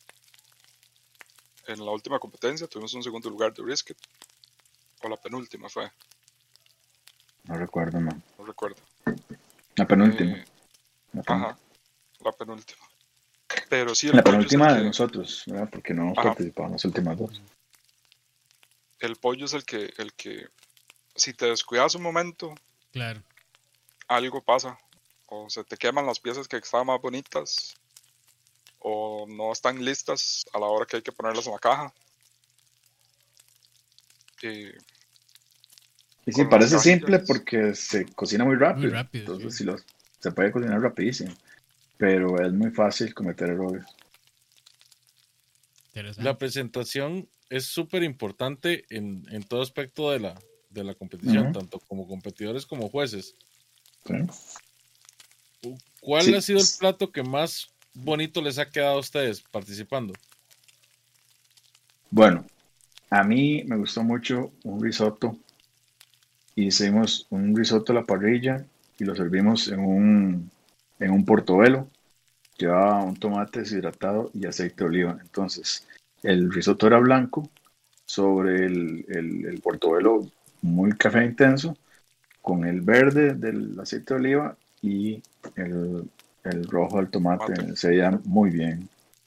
En la última competencia tuvimos un segundo lugar de brisket, o la penúltima fue, No recuerdo, no. no recuerdo. La penúltima. Eh, La, pen- ajá, la penúltima. Pero sí, el la pollo es penúltima el de que, nosotros, ¿verdad? Porque no hemos Ajá. participado en las últimas dos. el pollo es el que, el que, si te descuidas un momento, Claro. algo pasa. O se te queman las piezas que estaban más bonitas, o no están listas a la hora que hay que ponerlas en la caja. Eh, Y sí, con las parece cajas simple ya- porque se cocina muy rápido. Muy rápido, Entonces, sí. sí, los, se puede cocinar rapidísimo. Pero es muy fácil cometer errores. La presentación es súper importante en, en todo aspecto de la, de la competición, uh-huh. tanto como competidores como jueces. Sí. ¿Cuál Sí. ha sido el plato que más bonito les ha quedado a ustedes participando? Bueno, a mí me gustó mucho un risotto. Hicimos un risotto a la parrilla y lo servimos en un, en un portobelo. Llevaba un tomate deshidratado y aceite de oliva. Entonces, el risotto era blanco sobre el, el, el portobelo muy café intenso, con el verde del aceite de oliva y el, el rojo del tomate. tomate. Se veía muy bien.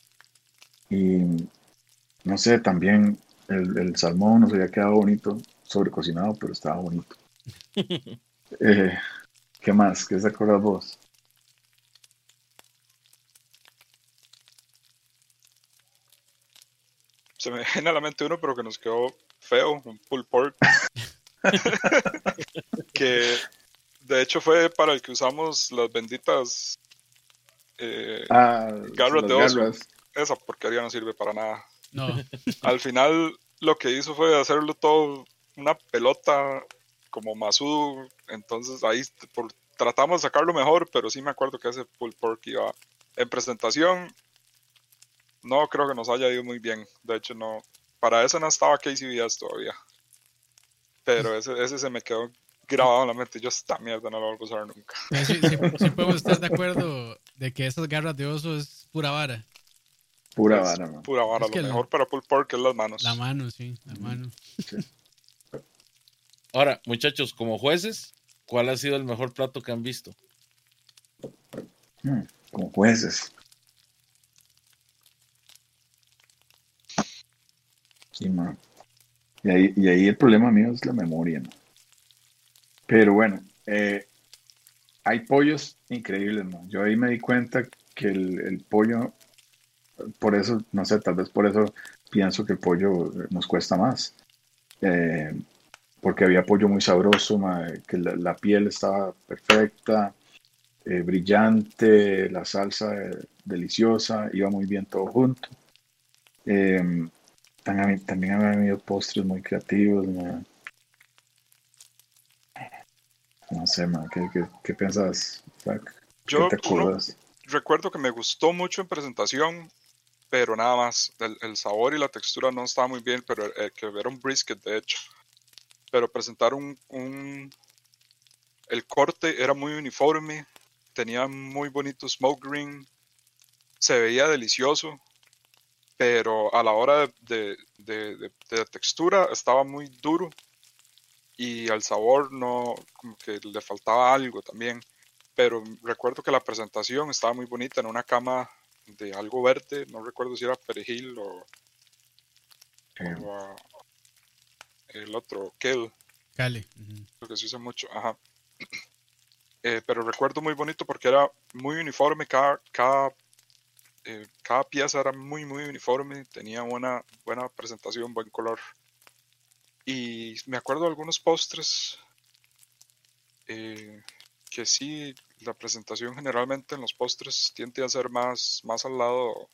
Y no sé, también el, el salmón nos había quedado bonito, sobrecocinado, pero estaba bonito. eh, ¿Qué más? ¿Qué se acuerdas vos? Se me viene a la mente uno, pero que nos quedó feo, un pulled pork. Que de hecho fue para el que usamos las benditas eh, ah, garras de oso. Garras. Esa porquería no sirve para nada. No. Al final lo que hizo fue hacerlo todo una pelota como masudo. Entonces ahí por, tratamos de sacarlo mejor, pero sí me acuerdo que ese pulled pork iba en presentación. No creo que nos haya ido muy bien. De hecho, no. Para eso no estaba Casey Díaz todavía. Pero ese, ese se me quedó grabado en la mente. Yo esta mierda no lo vuelvo a usar nunca. Sí, sí, sí podemos estar de acuerdo de que esas garras de oso es pura vara. Pura es vara, man. Pura vara. Es Lo que mejor la, para pulled pork es las manos. La mano, sí. La mano. Sí. Ahora, muchachos, como jueces, ¿cuál ha sido el mejor plato que han visto? Hmm, como jueces. Sí, man. Y ahí, y ahí el problema mío es la memoria, ¿no? Pero bueno, eh, hay pollos increíbles, ¿no? Yo ahí me di cuenta que el, el pollo, por eso, no sé, tal vez por eso pienso que el pollo nos cuesta más. Eh, porque había pollo muy sabroso, man, que la, la piel estaba perfecta, eh, brillante, la salsa eh, deliciosa, iba muy bien todo junto. Eh, También, también había habido postres muy creativos, man. No sé, man, ¿qué, qué, qué pensás, Zach? ¿Qué Yo te acuerdas? recuerdo que me gustó mucho en presentación, pero nada más. El, el sabor y la textura no estaba muy bien, pero el, que era un brisket, de hecho. Pero presentar un, un... El corte era muy uniforme, tenía muy bonito smoke ring, se veía delicioso, pero a la hora de, de, de, de la textura estaba muy duro y al sabor no, como que le faltaba algo también. Pero recuerdo que la presentación estaba muy bonita en una cama de algo verde, no recuerdo si era perejil o, Sí. o uh, el otro, kale. Cale. Uh-huh. Lo que se usa mucho, ajá. Eh, pero recuerdo muy bonito porque era muy uniforme, cada, cada Eh, cada pieza era muy muy uniforme, tenía buena, buena presentación, buen color. Y me acuerdo de algunos postres eh, que sí, la presentación generalmente en los postres tiende a ser más, más al lado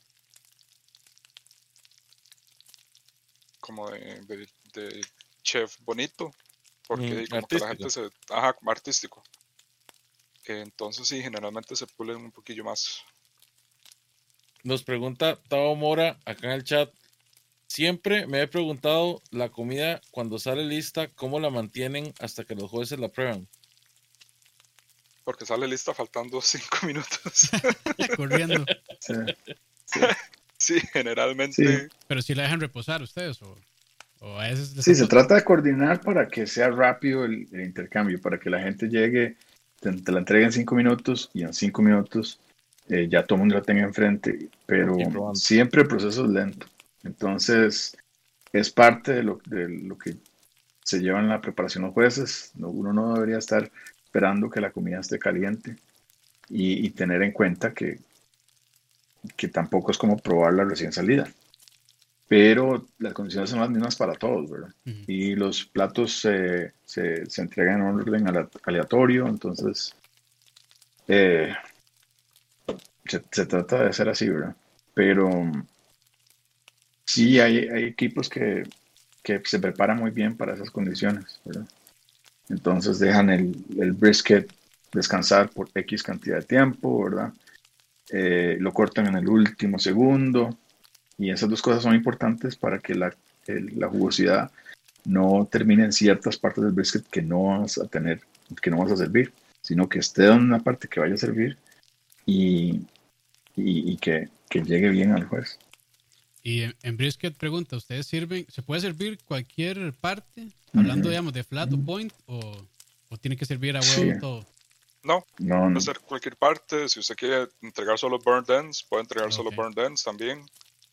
como de, de, de chef bonito, porque Mm, como que la gente se... Ajá, como artístico. Eh, entonces sí, generalmente se pulen un poquillo más. Nos pregunta Tavo Mora acá en el chat. Siempre me he preguntado la comida cuando sale lista, ¿cómo la mantienen hasta que los jueces la prueban? Porque sale lista faltando cinco minutos. Corriendo. Sí, sí. Sí, generalmente. Sí. Pero si la dejan reposar ustedes o, o a veces... Sí, se trata de coordinar para que sea rápido el, el intercambio, para que la gente llegue, te, te la entregue en cinco minutos y en cinco minutos eh, ya todo el mundo la tenga enfrente, pero siempre el proceso es lento. Entonces, es parte de lo, de lo que se lleva en la preparación los jueces. Uno no debería estar esperando que la comida esté caliente y, y tener en cuenta que, que tampoco es como probarla recién salida. Pero las condiciones son las mismas para todos, ¿verdad? Uh-huh. Y los platos eh, se, se entregan en un orden aleatorio, entonces eh, se, se trata de hacer así, ¿verdad? Pero Sí, hay, hay equipos que, que se preparan muy bien para esas condiciones, ¿verdad? Entonces dejan el, el brisket descansar por X cantidad de tiempo, ¿verdad? Eh, lo cortan en el último segundo y esas dos cosas son importantes para que la, el- la jugosidad no termine en ciertas partes del brisket que no vas a tener, que no vas a servir, sino que esté en una parte que vaya a servir y, y- y que, que llegue bien al juez. Y en, en brisket pregunta, ¿ustedes sirven, se puede servir cualquier parte? Hablando, Ujú. digamos, de flat o point, o, o tiene que servir a Sí, huevo todo. No, no, puede no. ser cualquier parte. Si usted quiere entregar solo burnt ends, puede entregar solo Ok. burnt ends también.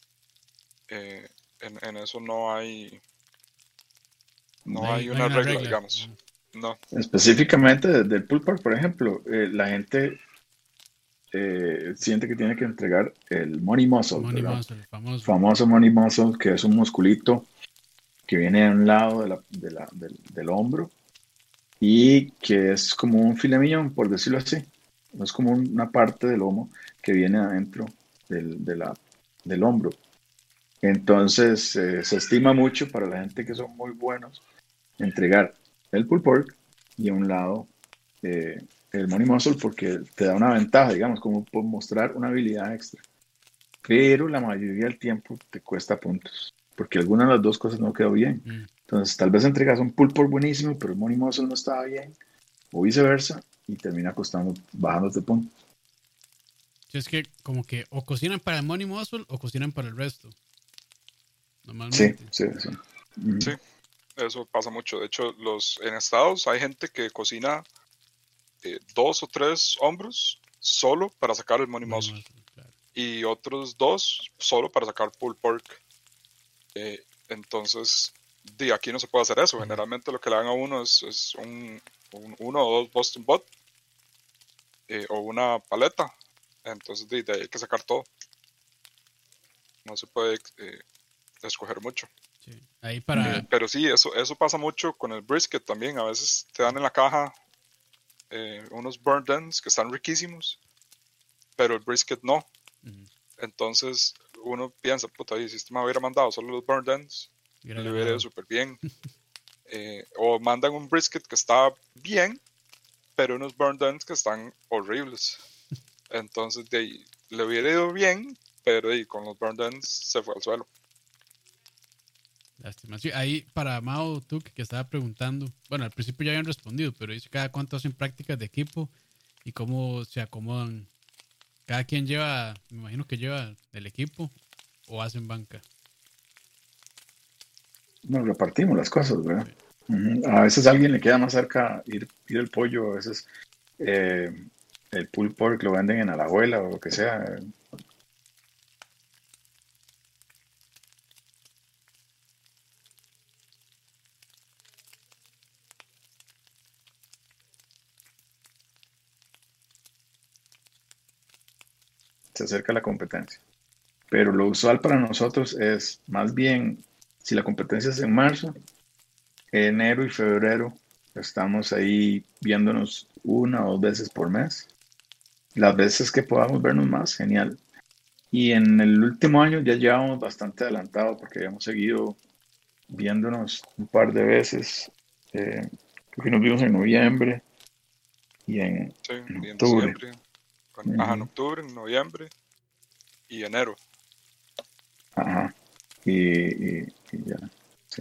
Eh, en, en eso no hay, No no hay, hay no hay una una regla, regla. digamos. No. Específicamente desde el pull park, por ejemplo, eh, la gente eh, siente que tiene que entregar el money muscle, Money ¿verdad? muscle, famoso. Famoso money muscle, que es un musculito que viene a un lado de la- de la- del, del hombro y que es como un filet mignon, por decirlo así. Es como una parte del lomo que viene adentro del, de la- del hombro. Entonces, eh, se estima mucho para la gente que son muy buenos entregar el pulled pork y a un lado eh, el money muscle porque te da una ventaja, digamos, como por mostrar una habilidad extra. Pero la mayoría del tiempo te cuesta puntos, porque alguna de las dos cosas no quedó bien. Mm. Entonces, tal vez entregas un pulled pork buenísimo, pero el money muscle no estaba bien, o viceversa, y termina costando, bajándote puntos. Sí, es que como que o cocinan para el money muscle o cocinan para el resto, Sí, normalmente. sí, sí. Ujú. Sí, eso pasa mucho. De hecho, los en Estados hay gente que cocina eh, dos o tres hombros solo para sacar el money Money muscle muscle, claro. y otros dos solo para sacar pulled pork. Eh, entonces, de aquí no se puede hacer eso. Ujú. Generalmente lo que le dan a uno es, es un, un- uno o dos Boston Butt eh, o una paleta. Entonces, de, de ahí hay que sacar todo. No se puede eh, escoger mucho. Sí. Ahí Eh, para... pero sí, eso, eso pasa mucho con el brisket también. A veces te dan en la caja eh, unos burnt ends que están riquísimos, pero el brisket no. Ujú. Entonces uno piensa, puta, y si este me hubiera mandado solo los burnt ends, Hubiera le hubiera ido ganado. súper bien. Eh, o mandan un brisket que está bien, pero unos burnt ends que están horribles. Entonces de ahí, le hubiera ido bien, pero de ahí, con los burnt ends se fue al suelo. Lástima. Sí, ahí para Mao Tuk que estaba preguntando, bueno, al principio ya habían respondido, pero dice cada cuánto hacen prácticas de equipo y cómo se acomodan. Cada quien lleva, me imagino que lleva el equipo o hacen banca. Nos repartimos las cosas, ¿verdad? Sí. Ujú. A veces a alguien le queda más cerca ir, ir el pollo, a veces eh, el pulled pork lo venden en Alajuela o lo que sea. Se acerca la competencia. Pero lo usual para nosotros es más bien, si la competencia es en marzo, enero y febrero, estamos ahí viéndonos una o dos veces por mes. Las veces que podamos vernos más, genial. Y en el último año ya llevamos bastante adelantado porque habíamos seguido viéndonos un par de veces. Eh, creo que nos vimos en noviembre y en, Sí, en y en octubre. diciembre, con- ajá, en Ujú. octubre, en noviembre y enero. Ajá. Y, y- y ya. Sí.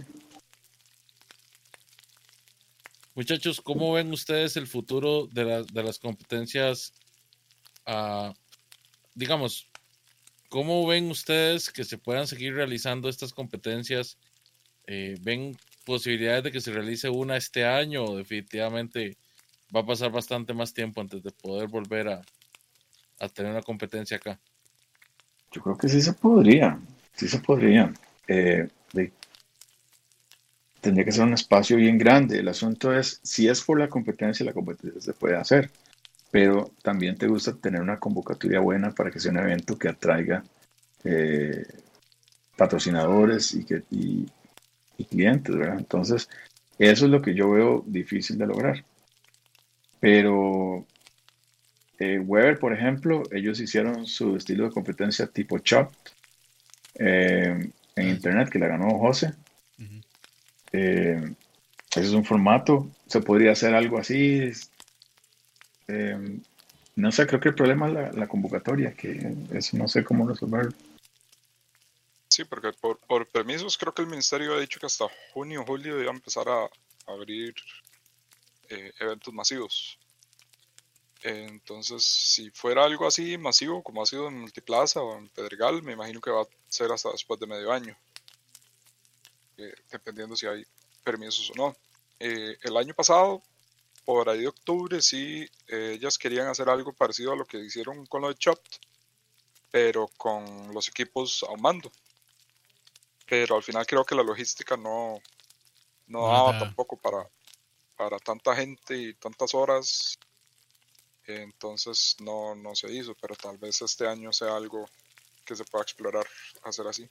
Muchachos, ¿cómo ven ustedes el futuro de, las de las competencias? ah, digamos, ¿cómo ven ustedes que se puedan seguir realizando estas competencias? Eh, ¿ven posibilidades de que se realice una este año o definitivamente va a pasar bastante más tiempo antes de poder volver a, a tener una competencia acá? Yo creo que sí se podría. Sí se podría. Eh, de- Tendría que ser un espacio bien grande. El asunto es, si es por la competencia, la competencia se puede hacer, pero también te gusta tener una convocatoria buena para que sea un evento que atraiga eh, patrocinadores y, que, y, y clientes, ¿verdad? Entonces, eso es lo que yo veo difícil de lograr. Pero eh, Weber, por ejemplo, ellos hicieron su estilo de competencia tipo Chop, eh, en Ah, internet que la ganó José. ujú. Eh, ese es un formato, se podría hacer algo así. eh, no sé, creo que el problema es la, la convocatoria, que eso no sé cómo resolverlo. Sí, porque por, por permisos creo que el ministerio ha dicho que hasta junio o julio iba a empezar a abrir eh, eventos masivos. Eh, entonces, si fuera algo así masivo, como ha sido en Multiplaza o en Pedregal, me imagino que va a ser hasta después de medio año, eh, dependiendo si hay permisos o no. Eh, el año pasado, por ahí de octubre, sí, eh, ellas querían hacer algo parecido a lo que hicieron con lo de Chopped, pero con los equipos a un mando. Pero al final creo que la logística no, no No les daba da. tampoco para, para tanta gente y tantas horas. Eh, entonces no, no se hizo, pero tal vez este año sea algo que se pueda explorar hacer así.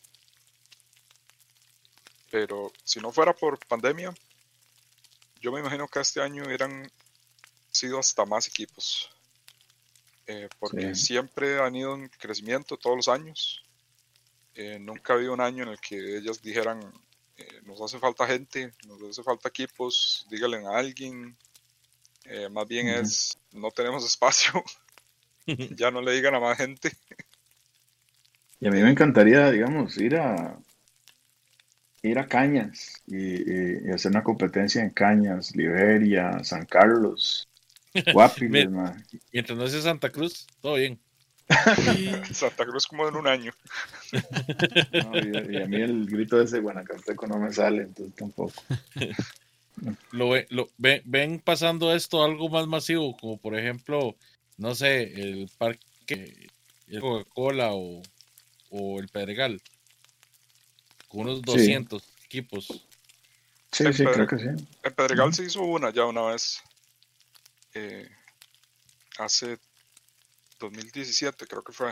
Pero si no fuera por pandemia, yo me imagino que este año hubieran sido hasta más equipos. Eh, Sí. porque siempre han ido en crecimiento todos los años. Eh, nunca ha habido un año en el que ellas dijeran, eh, nos hace falta gente, nos hace falta equipos, díganle a alguien. Eh, más bien Ujú. es, no tenemos espacio, ya no le digan a más gente. Y a mí me encantaría, digamos, ir a ir a Cañas y, y- y hacer una competencia en Cañas, Liberia, San Carlos, Guapiles, Mire, man. mientras no sea Santa Cruz, todo bien. Y Santa Cruz como en un año. No, y, y a mí el grito de ese guanacasteco no me sale, entonces tampoco. Lo, ve- lo, ve- ven pasando esto a algo más masivo, como por ejemplo, no sé, el parque, el Coca-Cola o, o el Pedregal, con unos Sí, doscientos equipos. sí, En, sí, creo Pedre- que sí. en Pedregal Ujú, se hizo una ya una vez, eh, hace dos mil diecisiete creo que fue,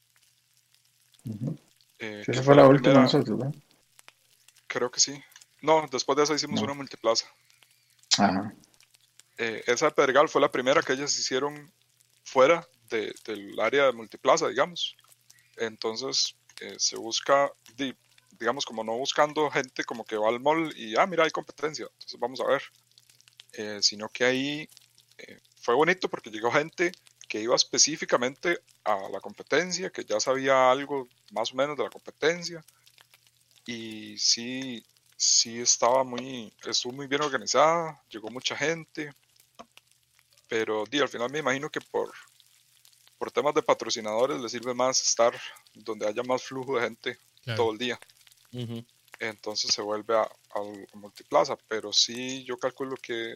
ujú. eh, Sí, que esa fue fue la la última de primera, nosotros, ¿no? creo que sí. No, después de esa hicimos No. una multiplaza. Ajá. Eh, esa de Pedregal fue la primera que ellas hicieron fuera de- del área de multiplaza, digamos. Entonces eh, se busca, di- digamos, como no buscando gente como que va al mall y, ah, mira, hay competencia, entonces vamos a ver. Eh, sino que ahí eh, fue bonito porque llegó gente que iba específicamente a la competencia, que ya sabía algo más o menos de la competencia y sí, sí estaba muy, estuvo muy bien organizada, llegó mucha gente, pero di, al final me imagino que por, por temas de patrocinadores le sirve más estar donde haya más flujo de gente claro. todo el día. Ujú. Entonces se vuelve a, a multiplaza, pero sí yo calculo que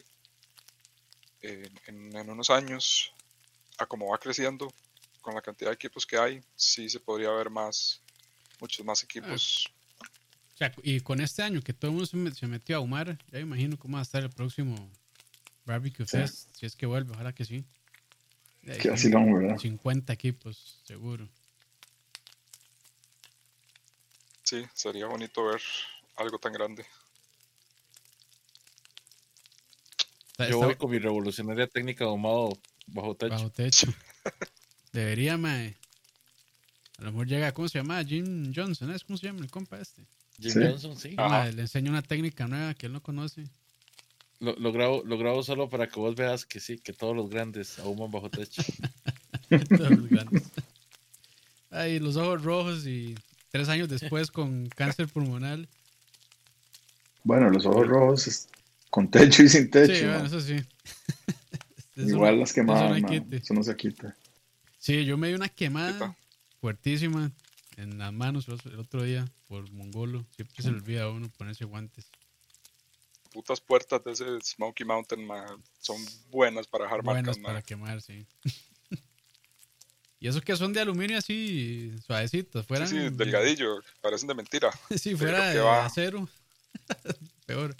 eh, en, en unos años, a como va creciendo, con la cantidad de equipos que hay, sí se podría ver más, muchos más Ah, equipos. o sea, y con este año que todo el mundo se, me- se metió a ahumar, ya me imagino cómo va a estar el próximo Barbecue Sí, Fest, si es que vuelve, ojalá que sí. Y ahí qué sí, vacilón, ¿verdad? cincuenta equipos, seguro. Sí, sería bonito ver algo tan grande. Está, Yo está voy con mi revolucionaria técnica ahumado bajo techo. bajo techo. Debería, mae. A lo mejor llega, ¿cómo se llama? Jim Johnson, ¿es? ¿Cómo se llama el compa este? Jim Sí, Johnson, sí. Y, Ajá, mae, le enseña una técnica nueva que él no conoce. Lo, lo grabo, lo grabo solo para que vos veas que sí, que todos los grandes ahuman bajo techo. Todos los grandes. Ay, los ojos rojos y tres años después con cáncer pulmonar. bueno, los ojos Por- rojos es- con techo y sin Sí, techo, bueno, man. eso sí. Eso no, Igual las eso no quemadas, hay man. quite. Eso no se quita. Sí, yo me di una quita. quemada fuertísima en las manos el el otro día por mongolo. Siempre se le olvida a uno ponerse guantes. Putas puertas de ese Smoky Mountain, ma, son buenas para dejar marcas, Buenas ma. para quemar, sí. Y esos que son de aluminio así suavecitos, Sí, sí, fueran, delgadillo, parecen de mentira, si pero fuera que de va. acero, peor.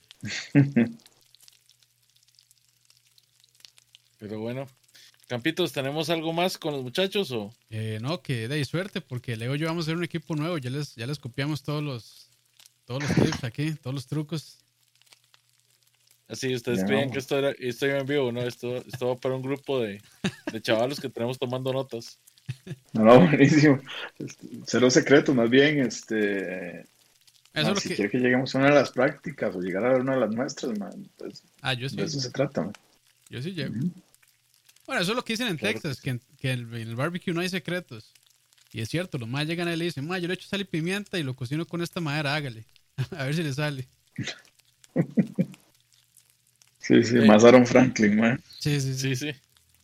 Pero bueno, Campitos, ¿tenemos algo más con los muchachos o? Eh, no, que de ahí suerte, porque Leo y yo vamos a hacer un equipo nuevo. Ya les, ya les copiamos todos los, todos los tips aquí, todos los trucos. Así, ustedes Ya, creían que man. esto era, esto iba en vivo, ¿no? Esto, esto va para un grupo de, de chavalos que tenemos tomando notas. No, no, buenísimo. Este, Cero secreto, más bien, este, Eso es lo si que... quiere que lleguemos a una de las prácticas o llegar a una de las muestras, man, pues, Ah, yo sí. de eso se trata, man. Yo sí llego. Ujú. Bueno, eso es lo que dicen en Claro Texas, que que, sí. en, que en el barbecue no hay secretos. Y es cierto, los más llegan ahí y le dicen, ma, yo le echo sal y pimienta y lo cocino con esta madera, hágale. A ver si le sale. Sí, sí, Eh, más Aaron Franklin, man. Sí, sí, sí. sí, sí.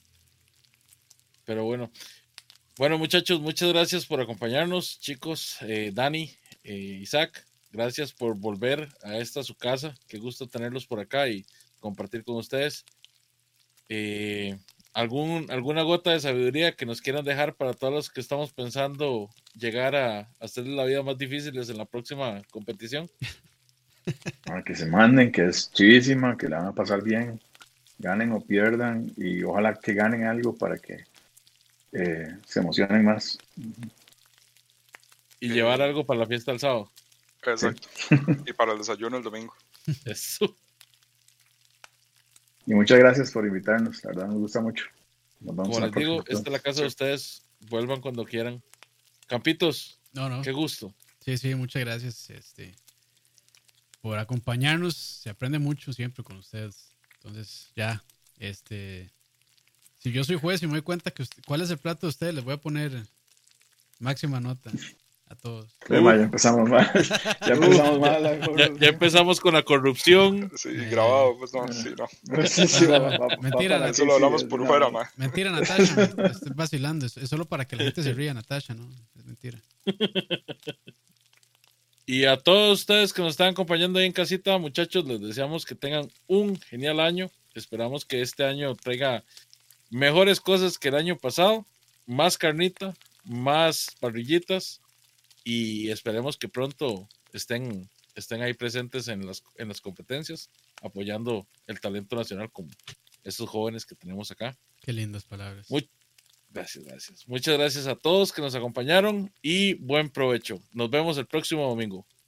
Pero bueno. Bueno, muchachos, muchas gracias por acompañarnos, chicos. Eh, Dani, eh, Isaac, gracias por volver a esta su casa. Qué gusto tenerlos por acá y compartir con ustedes. Eh, ¿algún, ¿Alguna gota de sabiduría que nos quieran dejar para todos los que estamos pensando llegar a hacerles la vida más difíciles en la próxima competición? Para que se manden, que es chivísima, que la van a pasar bien, ganen o pierdan, y ojalá que ganen algo para que eh, se emocionen más. Y Eh, llevar algo para la fiesta del sábado. Exacto. Y para el desayuno el domingo. Eso. Y muchas gracias por invitarnos, la verdad nos gusta mucho. Nos vemos Como en la les digo, próxima. esta es la casa Sí. de ustedes. Vuelvan cuando quieran. Campitos, No, no. qué gusto. Sí, sí, muchas gracias este, por acompañarnos. Se aprende mucho siempre con ustedes. Entonces, ya, este, si yo soy juez y me doy cuenta que usted- cuál es el plato de ustedes, les voy a poner máxima nota a todos. Sí, ma, ya empezamos mal. Ya empezamos mal. la- Ya, ya empezamos con la corrupción. Sí, Eh, grabado, pues no, sí, no. Sí, sí, va- va- va Mentira, para Eso que lo hablamos sí, por no, fuera, no. man. Mentira, Natasha, me, me estoy vacilando. Es, es solo para que la gente se ría, Natasha, ¿no? Es mentira. Y a todos ustedes que nos están acompañando ahí en casita, muchachos, les deseamos que tengan un genial año. Esperamos que este año traiga mejores cosas que el año pasado. Más carnita, más parrillitas. Y esperemos que pronto estén, estén ahí presentes en las, en las competencias, apoyando el talento nacional como estos jóvenes que tenemos acá. Qué lindas palabras. Muy, gracias, gracias. Muchas gracias a todos que nos acompañaron y buen provecho. Nos vemos el próximo domingo.